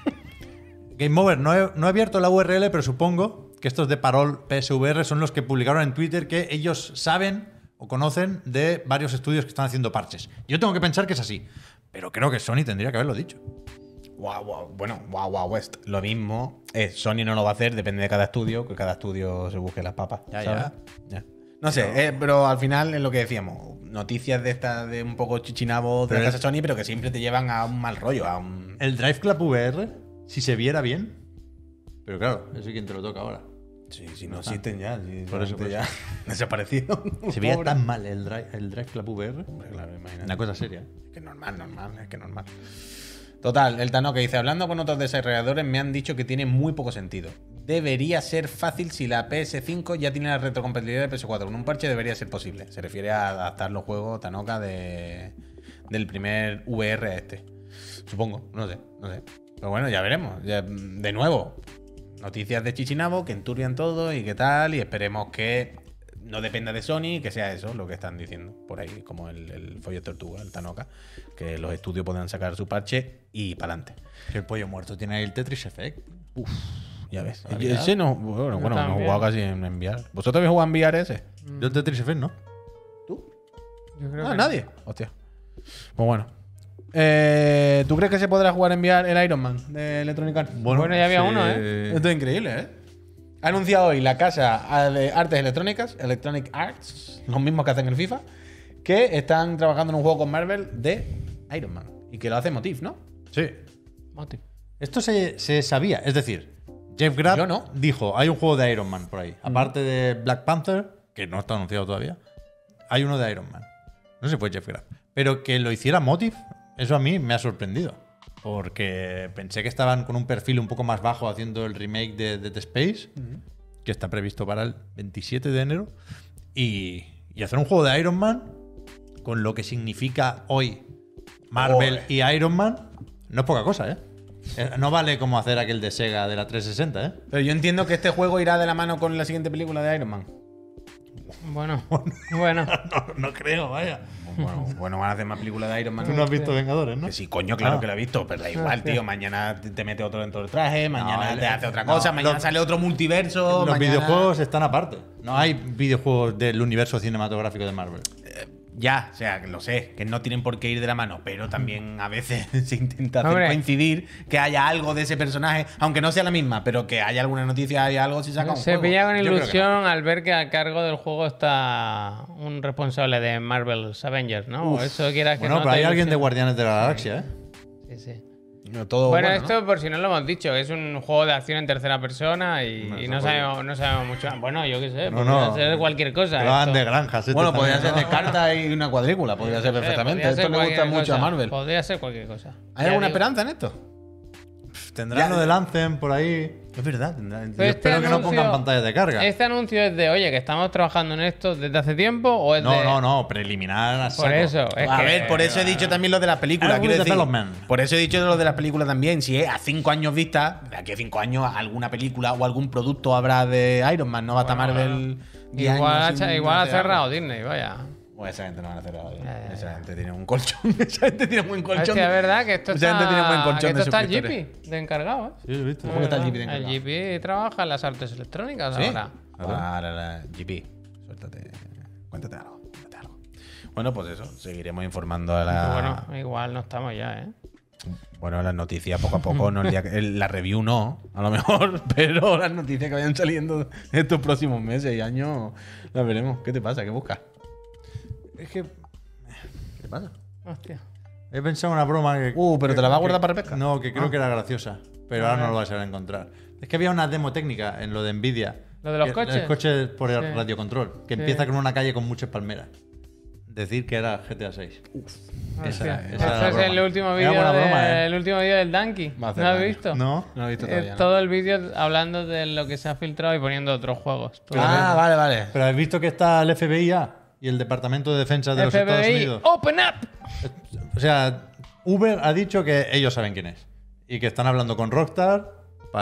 Game Over, no he, no he abierto la U R L, pero supongo que estos de Parol P S V R son los que publicaron en Twitter que ellos saben o conocen de varios estudios que están haciendo parches. Yo tengo que pensar que es así, pero creo que Sony tendría que haberlo dicho. Wow, wow. Bueno, wow, wow, West. Lo mismo. eh, Sony no lo va a hacer, depende de cada estudio, que cada estudio se busque las papas. Ya, ¿sabes? Ya. No sé, eh, pero al final es lo que decíamos. Noticias de estas de un poco chichinabo de Pero la es- casa Sony, pero que siempre te llevan a un mal rollo, a un. El Drive Club V R, si se viera bien, pero claro, eso es quien te lo toca ahora. Sí, si no existen ya. Si Por eso, por ya desaparecido. Se veía Pobre. tan mal el Drive, el Drive Club V R. Hombre, claro, imagínate. Una cosa seria. Que normal, normal, es que normal. Total, el Tano que dice, hablando con otros desarrolladores me han dicho que tiene muy poco sentido. Debería ser fácil si la P S cinco ya tiene la retrocompatibilidad de P S cuatro. Con un parche debería ser posible. Se refiere a adaptar los juegos Tanoka de, del primer V R a este. Supongo, no sé, no sé. Pero bueno, ya veremos. Ya, de nuevo, noticias de Chichinabo que enturbian todo y qué tal. Y esperemos que no dependa de Sony, que sea eso lo que están diciendo por ahí, como el, el Follo Tortuga, el Tanoka, que los estudios puedan sacar su parche y para adelante. Que el pollo muerto tiene ahí el Tetris Effect. Uf, ya ves. Barbaridad. Ese no, bueno, Yo bueno, no he también. jugado casi en enviar. ¿Vosotros habéis jugado en enviar ese? Yo el Tetris Effect, ¿no? ¿Tú? Yo creo Ah, que nadie. Hostia. Pues bueno. Eh, ¿Tú crees que se podrá jugar enviar el Iron Man de Electronic Arts? Bueno, ya había uno, ¿eh? Esto es increíble, ¿eh? Ha anunciado hoy la casa de artes electrónicas, Electronic Arts, los mismos que hacen el FIFA, que están trabajando en un juego con Marvel de Iron Man. Y que lo hace Motif, ¿no? Sí. Moti. Esto se, se sabía. Es decir, Jeff Grubb Yo no. dijo, hay un juego de Iron Man por ahí. Aparte de Black Panther, que no está anunciado todavía, hay uno de Iron Man. No sé si fue Jeff Grubb. Pero que lo hiciera Motive, eso a mí me ha sorprendido. Porque pensé que estaban con un perfil un poco más bajo haciendo el remake de Dead Space, que está previsto para el veintisiete de enero. Y, y hacer un juego de Iron Man, con lo que significa hoy Marvel Joder. y Iron Man, no es poca cosa, ¿eh? Eh, No vale como hacer aquel de Sega de la trescientos sesenta, ¿eh? Pero yo entiendo que este juego irá de la mano con la siguiente película de Iron Man. Bueno, bueno. No, no creo, vaya. Bueno, bueno, van a hacer más películas de Iron Man. Tú no has visto Vengadores, ¿no? Que sí, coño, claro Ah. que lo he visto, pero da igual, Hostia. tío. Mañana te te mete otro dentro del traje, mañana el- te hace otra no, cosa, mañana los- sale otro multiverso. Los mañana- videojuegos están aparte. No hay videojuegos del universo cinematográfico de Marvel. Ya, o sea, que lo sé, que no tienen por qué ir de la mano, pero también a veces se intenta hacer Hombre. coincidir que haya algo de ese personaje, aunque no sea la misma, pero que haya alguna noticia, haya algo si saca un Se juego. pilla con Yo creo que ilusión al ver que a cargo del juego está un responsable de Marvel's Avengers, ¿no? O eso quieras que Bueno, no. pero te hay alguien de ilusione. Guardianes de la Galaxia, ¿eh? Sí, sí. no. Todo Bueno, bueno, esto ¿no? por si no lo hemos dicho, es un juego de acción en tercera persona y, Bueno, y eso no, puede- sabemos, no sabemos mucho. Bueno, yo qué sé, No, podría no. ser cualquier cosa. Que lo hagan esto. de granjas. este Bueno, podría también, ser ¿no? de carta y una cuadrícula, podría ser Sí, perfectamente. podría ser Esto le gusta cualquier mucho a cosa. Marvel. Podría ser cualquier cosa. ¿Hay Ya alguna digo. esperanza en esto? Tendrán Ya- lo del Anthem por ahí. Es verdad, tendrá. Pero Yo espero que no pongan pantallas de carga. ¿Este anuncio es de, oye, que estamos trabajando en esto desde hace tiempo o es No, de...? no, no, preliminar a Por saco. eso, es A que- ver, por eso he dicho también lo de las películas. Early Quiero decir, development. por eso he dicho lo de las películas también. Si es a cinco años vista, de aquí a cinco años alguna película o algún producto habrá de Iron Man. No va a estar Bueno, Marvel. diez Igual, ha, años sin igual ha hacer algo. cerrado Disney, vaya. Pues esa gente no va a cerrar. Ya, ya, Esa ya. gente tiene un colchón. Esa gente tiene un buen colchón. Hostia, es verdad que esto Esa está, gente tiene un buen colchón que esto de está el suscriptores. G P de encargado, ¿eh? Sí, lo he visto. ¿Cómo que está el G P de El encargado? G P trabaja en las artes electrónicas ¿Sí? ahora. Para la G P. Suéltate. Cuéntate algo. Cuéntate algo. Bueno, pues eso. Seguiremos informando a la. Bueno, igual no estamos ya, ¿eh? Bueno, las noticias poco a poco, no el día que- el- la review no, a lo mejor, pero las noticias que vayan saliendo estos próximos meses y años las veremos. ¿Qué te pasa? ¿Qué buscas? Es que ¿Qué te pasa? Hostia. He pensado una broma que. Uh, pero que- te la va a que- guardar para pesca. No, que creo Ah. que era graciosa. Pero ahora no lo vas a encontrar. Es que había una demo técnica en lo de Nvidia. ¿Lo de los que- coches? El coche por el Sí. radiocontrol. Que Sí. empieza con una calle con muchas palmeras. Decir que era G T A seis. Hostia. esa era Este la es broma. el último Era vídeo buena de- broma, ¿eh? el último vídeo del Donkey. Va a ¿No hacer has daño. visto? ¿No? No lo he visto Eh, todavía. ¿no? todo el vídeo hablando de lo que se ha filtrado y poniendo otros juegos. Todo Ah, vale, vale. Pero has visto que está el F B I ya y el Departamento de Defensa de los Estados F B I, Unidos. open up. O sea, Uber ha dicho que ellos saben quién es. Y que están hablando con Rockstar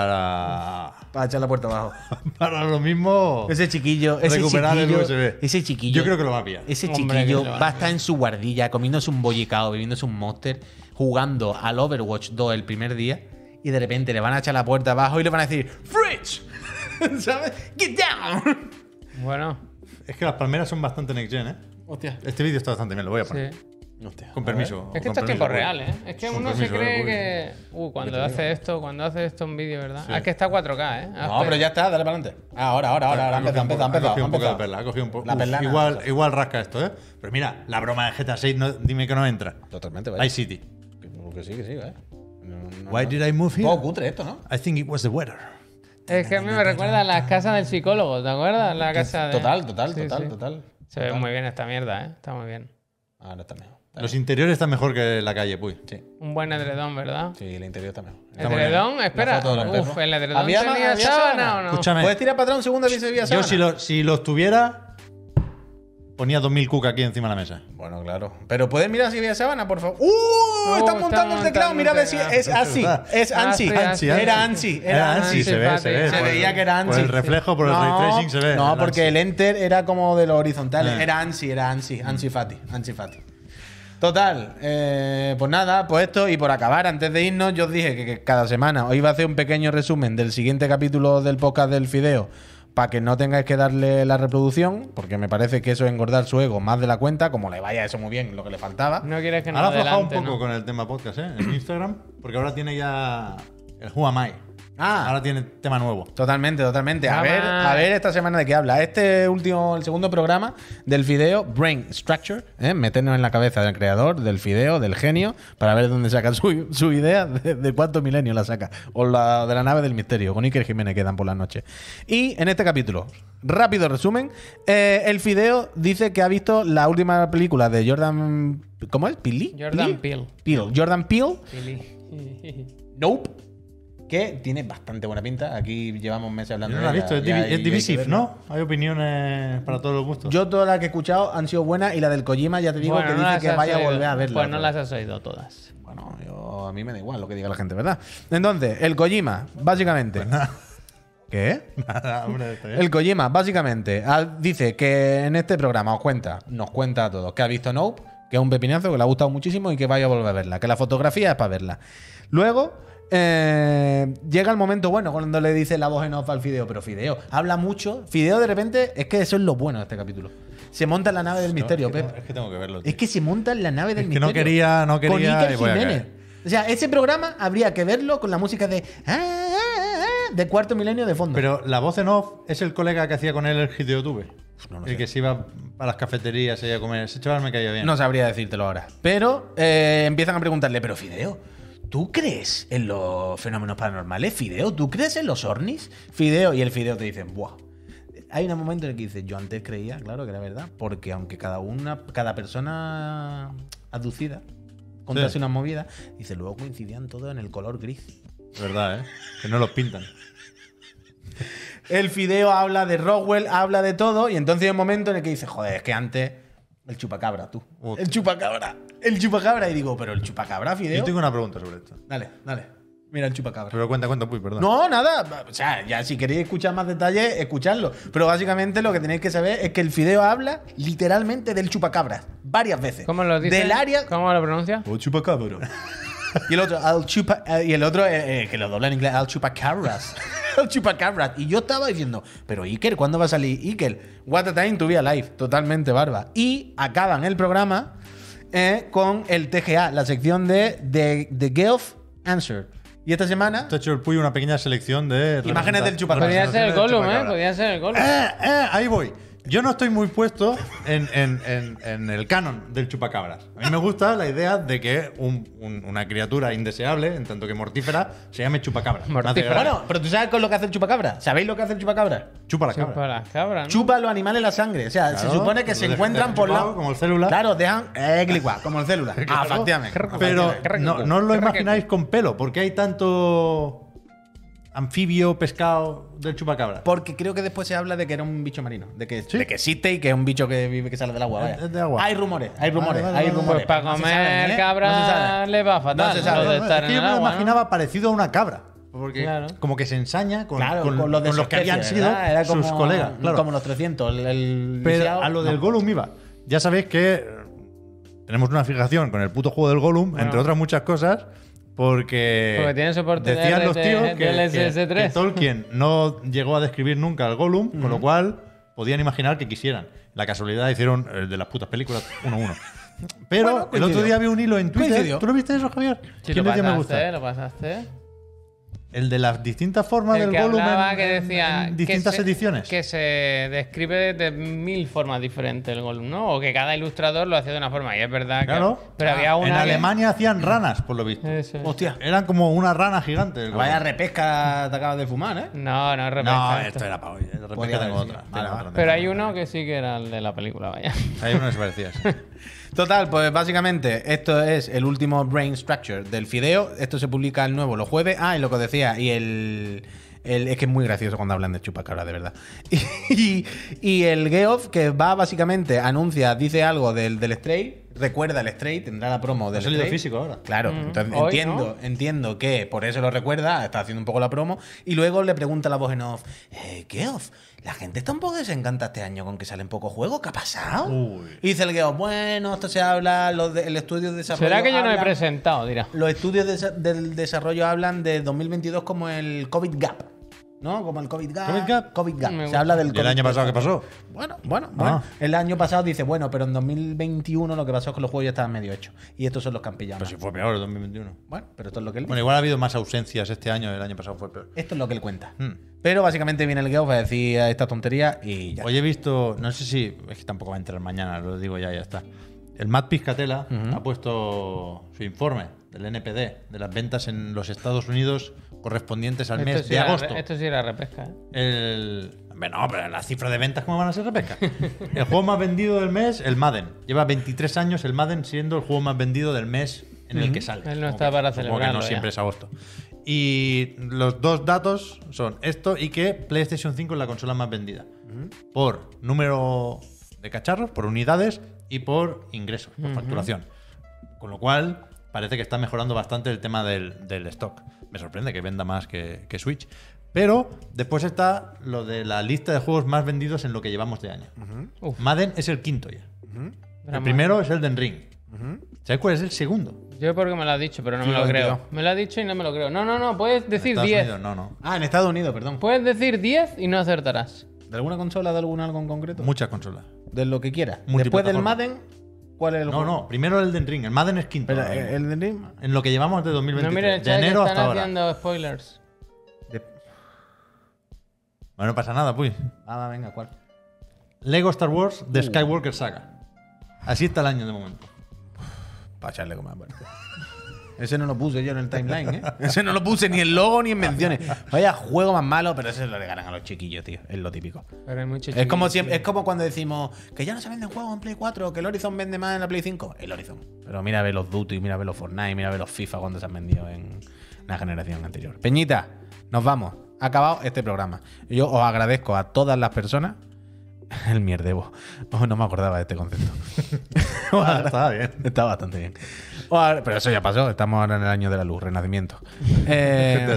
para. Para echar la puerta abajo. Para lo mismo. Ese chiquillo, ese Recuperar el chiquillo, U S B. ese chiquillo. Yo creo que lo va a pillar. Ese Hombre, chiquillo que lo van va a a estar en su guardilla, comiéndose un bollicao, bebiéndose un monster, jugando al Overwatch dos el primer día, y de repente le van a echar la puerta abajo y le van a decir ¡Fridge! ¿Sabes? ¡Get down! Bueno, Es que las palmeras son bastante next gen, ¿eh? Hostia. Este vídeo está bastante bien, lo voy a poner. sí. Hostia. Con permiso. Es que con esto es tiempo permiso, real, voy. ¿eh? Es que Con uno se permiso, cree voy. que. Uh, cuando te hace digo. esto, cuando hace esto en vídeo, ¿verdad? Sí. Ah, es que está cuatro K, ¿eh? Ah, No, pero ya está, dale para adelante. Ahora, ahora, ahora, ahora. Ha Ha cogido empezado, un ha poco- empezado, ha cogido ha un poco de empezado. perla, ha cogido un poco. La Uf, perlana. igual, igual rasca esto, ¿eh? Pero mira, la broma de G T A seis, no, dime que no entra. Totalmente, vaya. Vice City. Que, que sí, que sí, ¿eh? No, no, Why no. did I move Un here? poco cutre esto, ¿no? I think it was the weather. Es que a mí me recuerda a las casas del psicólogo, ¿te acuerdas? La casa de... Total, total, Sí, total, sí. total. Se ve muy bien esta mierda, ¿eh? Está muy bien. Ahora está mejor. Los interiores están mejor que la calle, puy. Sí, Un buen edredón, ¿verdad? sí, el interior está mejor. ¿El edredón? Espera. La foto de los Uf, perros. ¿el edredón ¿Había tenía más- había sábana sábana? o no? Escúchame. ¿Puedes tirar para atrás un segundo a ver si había Yo sábana? si, lo- si los tuviera, ponía dos mil cuca aquí encima de la mesa. Bueno, claro. Pero puedes mirar si había sábana, por favor. ¡Uh! Oh, están están montando el teclado. montando Mira a ver el si teclado. es ANSI. Es Ah, ANSI. sí, ANSI, Era ANSI. ANSI. Era Era ANSI, ANSI. se ve, se ve. Se Por- veía que era ANSI. Por el reflejo, por el ray tracing se ve. No, el porque ANSI. el enter era como de los horizontales. Eh. Era ANSI, era ANSI. ANSI Fati. ANSI Fati. Total, eh, pues nada, pues esto, y por acabar, antes de irnos, yo os dije que, que cada semana os iba a hacer un pequeño resumen del siguiente capítulo del podcast del Fideo, para que no tengáis que darle la reproducción, porque me parece que eso es engordar su ego más de la cuenta, como le vaya eso muy bien, lo que le faltaba. No quieres que nos Ahora ha aflojado un adelante, poco ¿no? con el tema podcast, ¿eh? En Instagram, porque ahora tiene ya el Who Am I. Ah. Ahora tiene tema nuevo. Totalmente, totalmente. A Ah, ver, va. a ver esta semana de qué habla. Este último, el segundo programa del Fideo, Brain Structure, ¿eh? Meternos en la cabeza del creador, del Fideo, del genio, para ver dónde saca su, su idea, de, de cuántos milenios la saca. O la de la nave del misterio, con Iker Jiménez quedan por las noches. Y en este capítulo, rápido resumen, eh, el Fideo dice que ha visto la última película de Jordan... ¿Cómo es? ¿Pili? Jordan Peele. Peele. Jordan Peele. Pili. Nope. Que tiene bastante buena pinta. Aquí llevamos meses Yo hablando no la he de ella, visto, es, ya divi- hay- es ya divisive, hay que verla. ¿no? Hay opiniones para todos los gustos. Yo todas las que he escuchado han sido buenas y la del Kojima ya te digo Bueno, que no dice las que has vaya a oído. volver a verla. Pues no pero- las has oído todas. Bueno, yo, a mí me da igual lo que diga la gente, ¿verdad? Entonces, el Kojima, básicamente... ¿Qué? Nada, hombre, está bien. El Kojima, básicamente, ah, dice que en este programa os cuenta, nos cuenta a todos, que ha visto Nope, que es un pepinazo, que le ha gustado muchísimo y que vaya a volver a verla. Que la fotografía es para verla. Luego, eh, llega el momento bueno cuando le dice la voz en off al Fideo, pero Fideo habla mucho. Fideo de repente, es que eso es lo bueno de este capítulo. Se monta en la nave del misterio, es, que, Pep. tengo- es que tengo que verlo. tío. Es que se monta en la nave del Es que misterio. no quería- no Con quería Iker y voy a Jiménez. caer. O sea, ese programa habría que verlo con la música de... ah, ah, ah, de Cuarto Milenio de fondo. Pero la voz en off es el colega que hacía con él el hit de YouTube. no lo el sé. que se iba a las cafeterías y a comer. Ese chaval me caía bien. No sabría decírtelo ahora. Pero eh, empiezan a preguntarle, pero Fideo, ¿tú crees en los fenómenos paranormales? Fideo, ¿tú crees en los ovnis? Fideo, y el Fideo te dice, buah. Hay un momento en el que dice, yo antes creía, claro que era verdad, porque aunque cada una, cada persona aducida contase Sí. una movida, dice, luego coincidían todos en el color gris. Es verdad, ¿eh? Que no los pintan. El Fideo habla de Rockwell, habla de todo, y entonces hay un momento en el que dice, joder, es que antes el chupacabra, tú. Hostia. El chupacabra. El chupacabra. Y digo, pero el chupacabra, Fideo. Yo tengo una pregunta sobre esto. Dale, dale. Mira el chupacabra. Pero cuenta, cuenta, pues, perdón. No, nada. O sea, ya si queréis escuchar más detalles, escuchadlo. Pero básicamente lo que tenéis que saber es que el Fideo habla literalmente del chupacabra. Varias veces. ¿Cómo lo dice? Del área. ¿Cómo lo pronuncia? O chupacabra. Y el otro, al chupa, eh, y el otro eh, eh, que lo dobla en inglés, al chupacabras. Al chupacabras. Y yo estaba diciendo, pero Iker, ¿cuándo va a salir Iker? What a time to be alive. Totalmente barba. Y acaban el programa eh, con el T G A, la sección de The, The Gelf Answer. Y esta semana, Te ha hecho el Puy una pequeña selección de. Imágenes del chupacabra. Podría ser el representaciones del Gollum, ¿eh? chupacabra. Podría ser el Gollum. Eh, eh, ahí voy. Yo no estoy muy puesto en, en- en- en el canon del chupacabras. A mí me gusta la idea de que un- un- una criatura indeseable, en tanto que mortífera, se llame chupacabras. Me hace Mortífera. gracia. Bueno, pero ¿tú sabes con lo que hace el chupacabra? ¿Sabéis lo que hace el chupacabra? chupa la cabra. Chupa las cabras, ¿no? Chupa a los animales la sangre. O sea, se Claro, supone que lo se deja- encuentran deja por chupado, lado. como el célula. Claro, dejan. Eh, clicua, como el célula. Ah, Claro. efectivamente. Pero Qué no, rico. no os lo Qué rico. imagináis con pelo. ¿Por qué hay tanto anfibio, pescado del chupacabra? Porque creo que después se habla de que era un bicho marino. De que, ¿Sí? de que existe y que es un bicho que vive, que sale del agua. Es- vaya. es de agua. Hay rumores, hay rumores, vale, hay vale, rumores. Pues para No se comer saben, ¿eh? cabra No se sabe. le va fatal. No se sabe. lo de No, estar es que en yo el me lo agua, ¿no? imaginaba parecido a una cabra. Porque Claro. como que se ensaña con, Claro, con- con, los, de con su los que habían especie, sido ¿verdad? Era como, sus colegas. Claro. Como los trescientos. El, el Pero lisiado, a lo del no. Gollum iba. Ya sabéis que eh, tenemos una fijación con el puto juego del Gollum, Bueno. entre otras muchas cosas, porque, Porque tiene soporte de decían los R T tíos que, del S S que- tres. que Tolkien no llegó a describir nunca al Gollum, con lo cual podían imaginar que quisieran. La casualidad hicieron el de las putas películas uno a uno. Pero Bueno, el otro coincidió. día vi un hilo en Twitter. Coincidió. ¿Tú lo viste eso, Javier? Si ¿Quién lo le dio me gusta? pasaste, lo pasaste. El de las distintas formas El del que Gollum hablaba en, que en- decía en que distintas se- ediciones. Que se describe de, de mil formas diferentes el Gollum, ¿no? O que cada ilustrador lo hacía de una forma. Y es verdad que. Claro. Pero había una. En que- Alemania hacían ranas, por lo visto. Eso. Hostia. Eran como una rana gigante. el Vaya Gollum. repesca te acabas de fumar, ¿eh? No, no es repesca, No, esto. esto era para hoy. De repente Podía tengo haber otra. sido. tengo Vale, otra, Pero tengo hay otra. uno que sí que era el de la película, vaya. Hay uno que se parecía. sí. Total, pues básicamente esto es el último Brain Structure del Fideo. Esto se publica el nuevo los jueves. Ah, y lo que os decía, y el, el- es que es muy gracioso cuando hablan de chupacabra, de verdad. Y, y el Geoff, que va básicamente, anuncia, dice algo del, del Stray, recuerda el Stray, tendrá la promo del Ha salido Stray. físico ahora. Claro, Mm. entonces Hoy, entiendo, entiendo que por eso lo recuerda, está haciendo un poco la promo, y luego le pregunta a la voz en off, eh, Geoff, la gente está un poco desencanta este año con que salen pocos juegos, ¿qué ha pasado? Uy. Y dice el Geoff, bueno, esto se habla, los de- el estudio de desarrollo ¿Será que yo no he hablan- presentado? Dirá. Los estudios de desa- del desarrollo hablan de dos mil veintidós como el COVID Gap, ¿no? Como el COVID Gap. ¿COVID gap? COVID Gap. Me Se gusta. habla del ¿Y el COVID año pasado gap. qué pasó? Bueno, bueno, bueno. Ah. El año pasado dice, bueno, pero en dos mil veintiuno lo que pasó es que los juegos ya estaban medio hechos. Y estos son los que han pillado Pues más. si fue peor el dos mil veintiuno. Bueno, pero esto es lo que él Bueno, igual ha habido más ausencias este año, el año pasado fue peor. Esto es lo que él cuenta. Hmm. Pero básicamente viene el Geoff a decir esta tontería y ya. Hoy he visto, no sé si, es que tampoco va a entrar mañana, lo digo ya, ya está. El Matt Piscatella ha puesto su informe del N P D, de las ventas en los Estados Unidos correspondientes al Esto mes sí de era- agosto. Esto sí era repesca, ¿eh? El. Hombre, No, pero las cifras de ventas, ¿cómo van a ser repesca? El juego más vendido del mes, el Madden. Lleva veintitrés años el Madden siendo el juego más vendido del mes en el que sale. Él no Supongo está que- para supongo celebrarlo que no ya. siempre es agosto. Y los dos datos son esto y que PlayStation cinco es la consola más vendida. Por número de cacharros, por unidades y por ingresos, por facturación. Con lo cual, parece que está mejorando bastante el tema del, del stock. Me sorprende que venda más que, que Switch. Pero después está lo de la lista de juegos más vendidos en lo que llevamos de año. Uf. Madden es el quinto ya. El Drama. primero es Elden Ring. ¿Sabes cuál es el segundo? Yo porque me lo has dicho, pero no me Sí, lo lo creo. entiendo. Me lo has dicho y no me lo creo. No, no, no, puedes decir Estados diez. Unidos, no, no. Ah, en Estados Unidos, perdón. Puedes decir diez y no acertarás. ¿De alguna consola, de algún algo en concreto? Muchas consolas. De lo que quieras. Después del Multiplataforma. Madden, ¿cuál es el No, juego? no, primero el Elden Ring. El Madden es quinto. Pero ahora mismo. el de Dream. En lo que llevamos de dos mil No, veintitrés. mira, el de chat que enero están hasta ahora. haciendo spoilers. De... Bueno, no pasa nada, pues. Ah, va, venga, ¿cuál? Lego Star Wars The Skywalker Saga. Así está el año de momento. Para echarle como más fuerte. Ese no lo puse yo en el timeline, ¿eh? Ese no lo puse ni en logo ni en menciones. Vaya juego más malo, pero ese lo regalan a los chiquillos, tío. Es lo típico. Pero hay mucho Es como, chiquillo. siempre, es como cuando decimos que ya no se venden juegos en Play cuatro, que el Horizon vende más en la Play cinco. El Horizon. Pero mira a ver los Duty, mira a ver los Fortnite, mira a ver los FIFA cuando se han vendido en la generación anterior. Peñita, nos vamos. Ha acabado este programa. Yo os agradezco a todas las personas. El mierdebo. Oh, no me acordaba de este concepto. Os agra- Está bien. Está bastante bien. Os agra- Pero eso ya pasó. Estamos ahora en el año de la luz, renacimiento. Eh,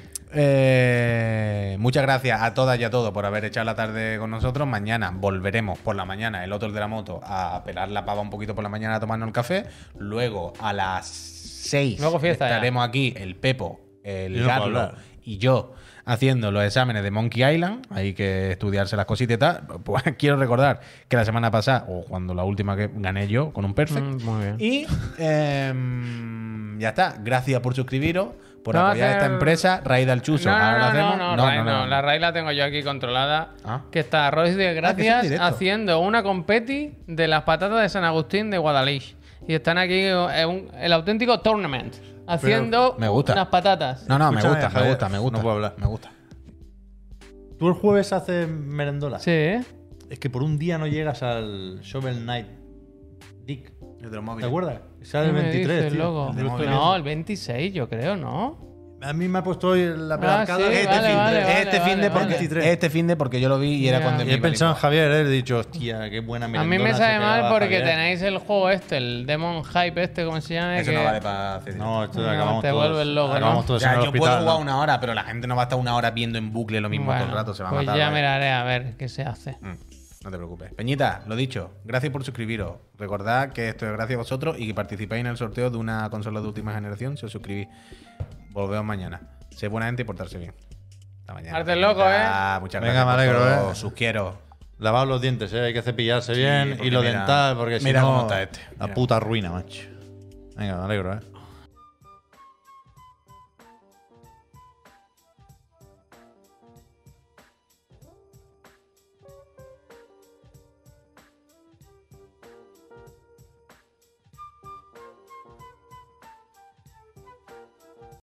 eh, muchas gracias a todas y a todos por haber echado la tarde con nosotros. Mañana volveremos por la mañana, el otro de la moto, a pelar la pava un poquito por la mañana a tomarnos el café. Luego a las seis Luego fiesta ya. estaremos aquí el Pepo, el Yo no puedo Garlo hablar. y yo haciendo los exámenes de Monkey Island. Hay que estudiarse las cositas y tal. Pues quiero recordar que la semana pasada, o cuando la última que gané yo con un perfect. Mm, muy bien. Y em, ya está. Gracias por suscribiros, por Vamos a apoyar esta hacer- empresa, raíz al chuso. No, no, Ahora lo no, hacemos. no, no, Rai no, la Rai la tengo yo aquí controlada. Ah. Que está Royce de Ah, que es en Gracias directo. haciendo una competi de las patatas de San Agustín de Guadalix. Y están aquí eh, un- el auténtico tournament. Haciendo me gusta. unas patatas. No, no, me Escúchame, gusta, me Javier, gusta, me gusta. no puedo hablar. Me gusta. ¿Tú el jueves haces merendola? Sí, ¿eh? Es que por un día no llegas al Shovel Knight Dick. El de los ¿Te móviles. acuerdas? Sale ¿Qué el me veintitrés, dices, tío. loco? Yo lo estoy No, viendo. el veintiséis yo creo, ¿no? A mí me ha puesto hoy la Ah, pedancada. sí, este vale, fin de- vale, vale. este fin de porque vale. este fin de porque yo lo vi y era Ya. cuando Y me he iba a pensado en licuar. Javier, ¿eh? He dicho, hostia, qué buena A merendona. mí me se sabe pegaba mal porque Javier. tenéis el juego este, el Demon Hype este, ¿cómo se llama? Eso Que- no vale para hacer directo. No, esto No, acabamos te todos. vuelves loco, ¿no? acabamos todos O sea, en el yo hospital, puedo jugar ¿no? una hora, pero la gente no va a estar una hora viendo en bucle lo mismo todo el Bueno, rato, se va a pues matar. ya ¿vale? miraré a ver qué se hace. Mm, No te preocupes. Peñita, lo dicho, gracias por suscribiros. Recordad que esto es gracias a vosotros y que participáis en el sorteo de una consola de última generación si os suscribís. Volvemos mañana. Sé buena gente y portarse bien. Hasta mañana. Arte loco, Peñita, ¿eh? Muchas Venga, gracias. me por alegro, todo. ¿eh? Sus quiero. Lavaos los dientes, ¿eh? Hay que cepillarse bien. porque Y lo mira- dental, porque si mira no. cómo está este. La Mira. puta ruina, macho. Venga, me alegro, ¿eh?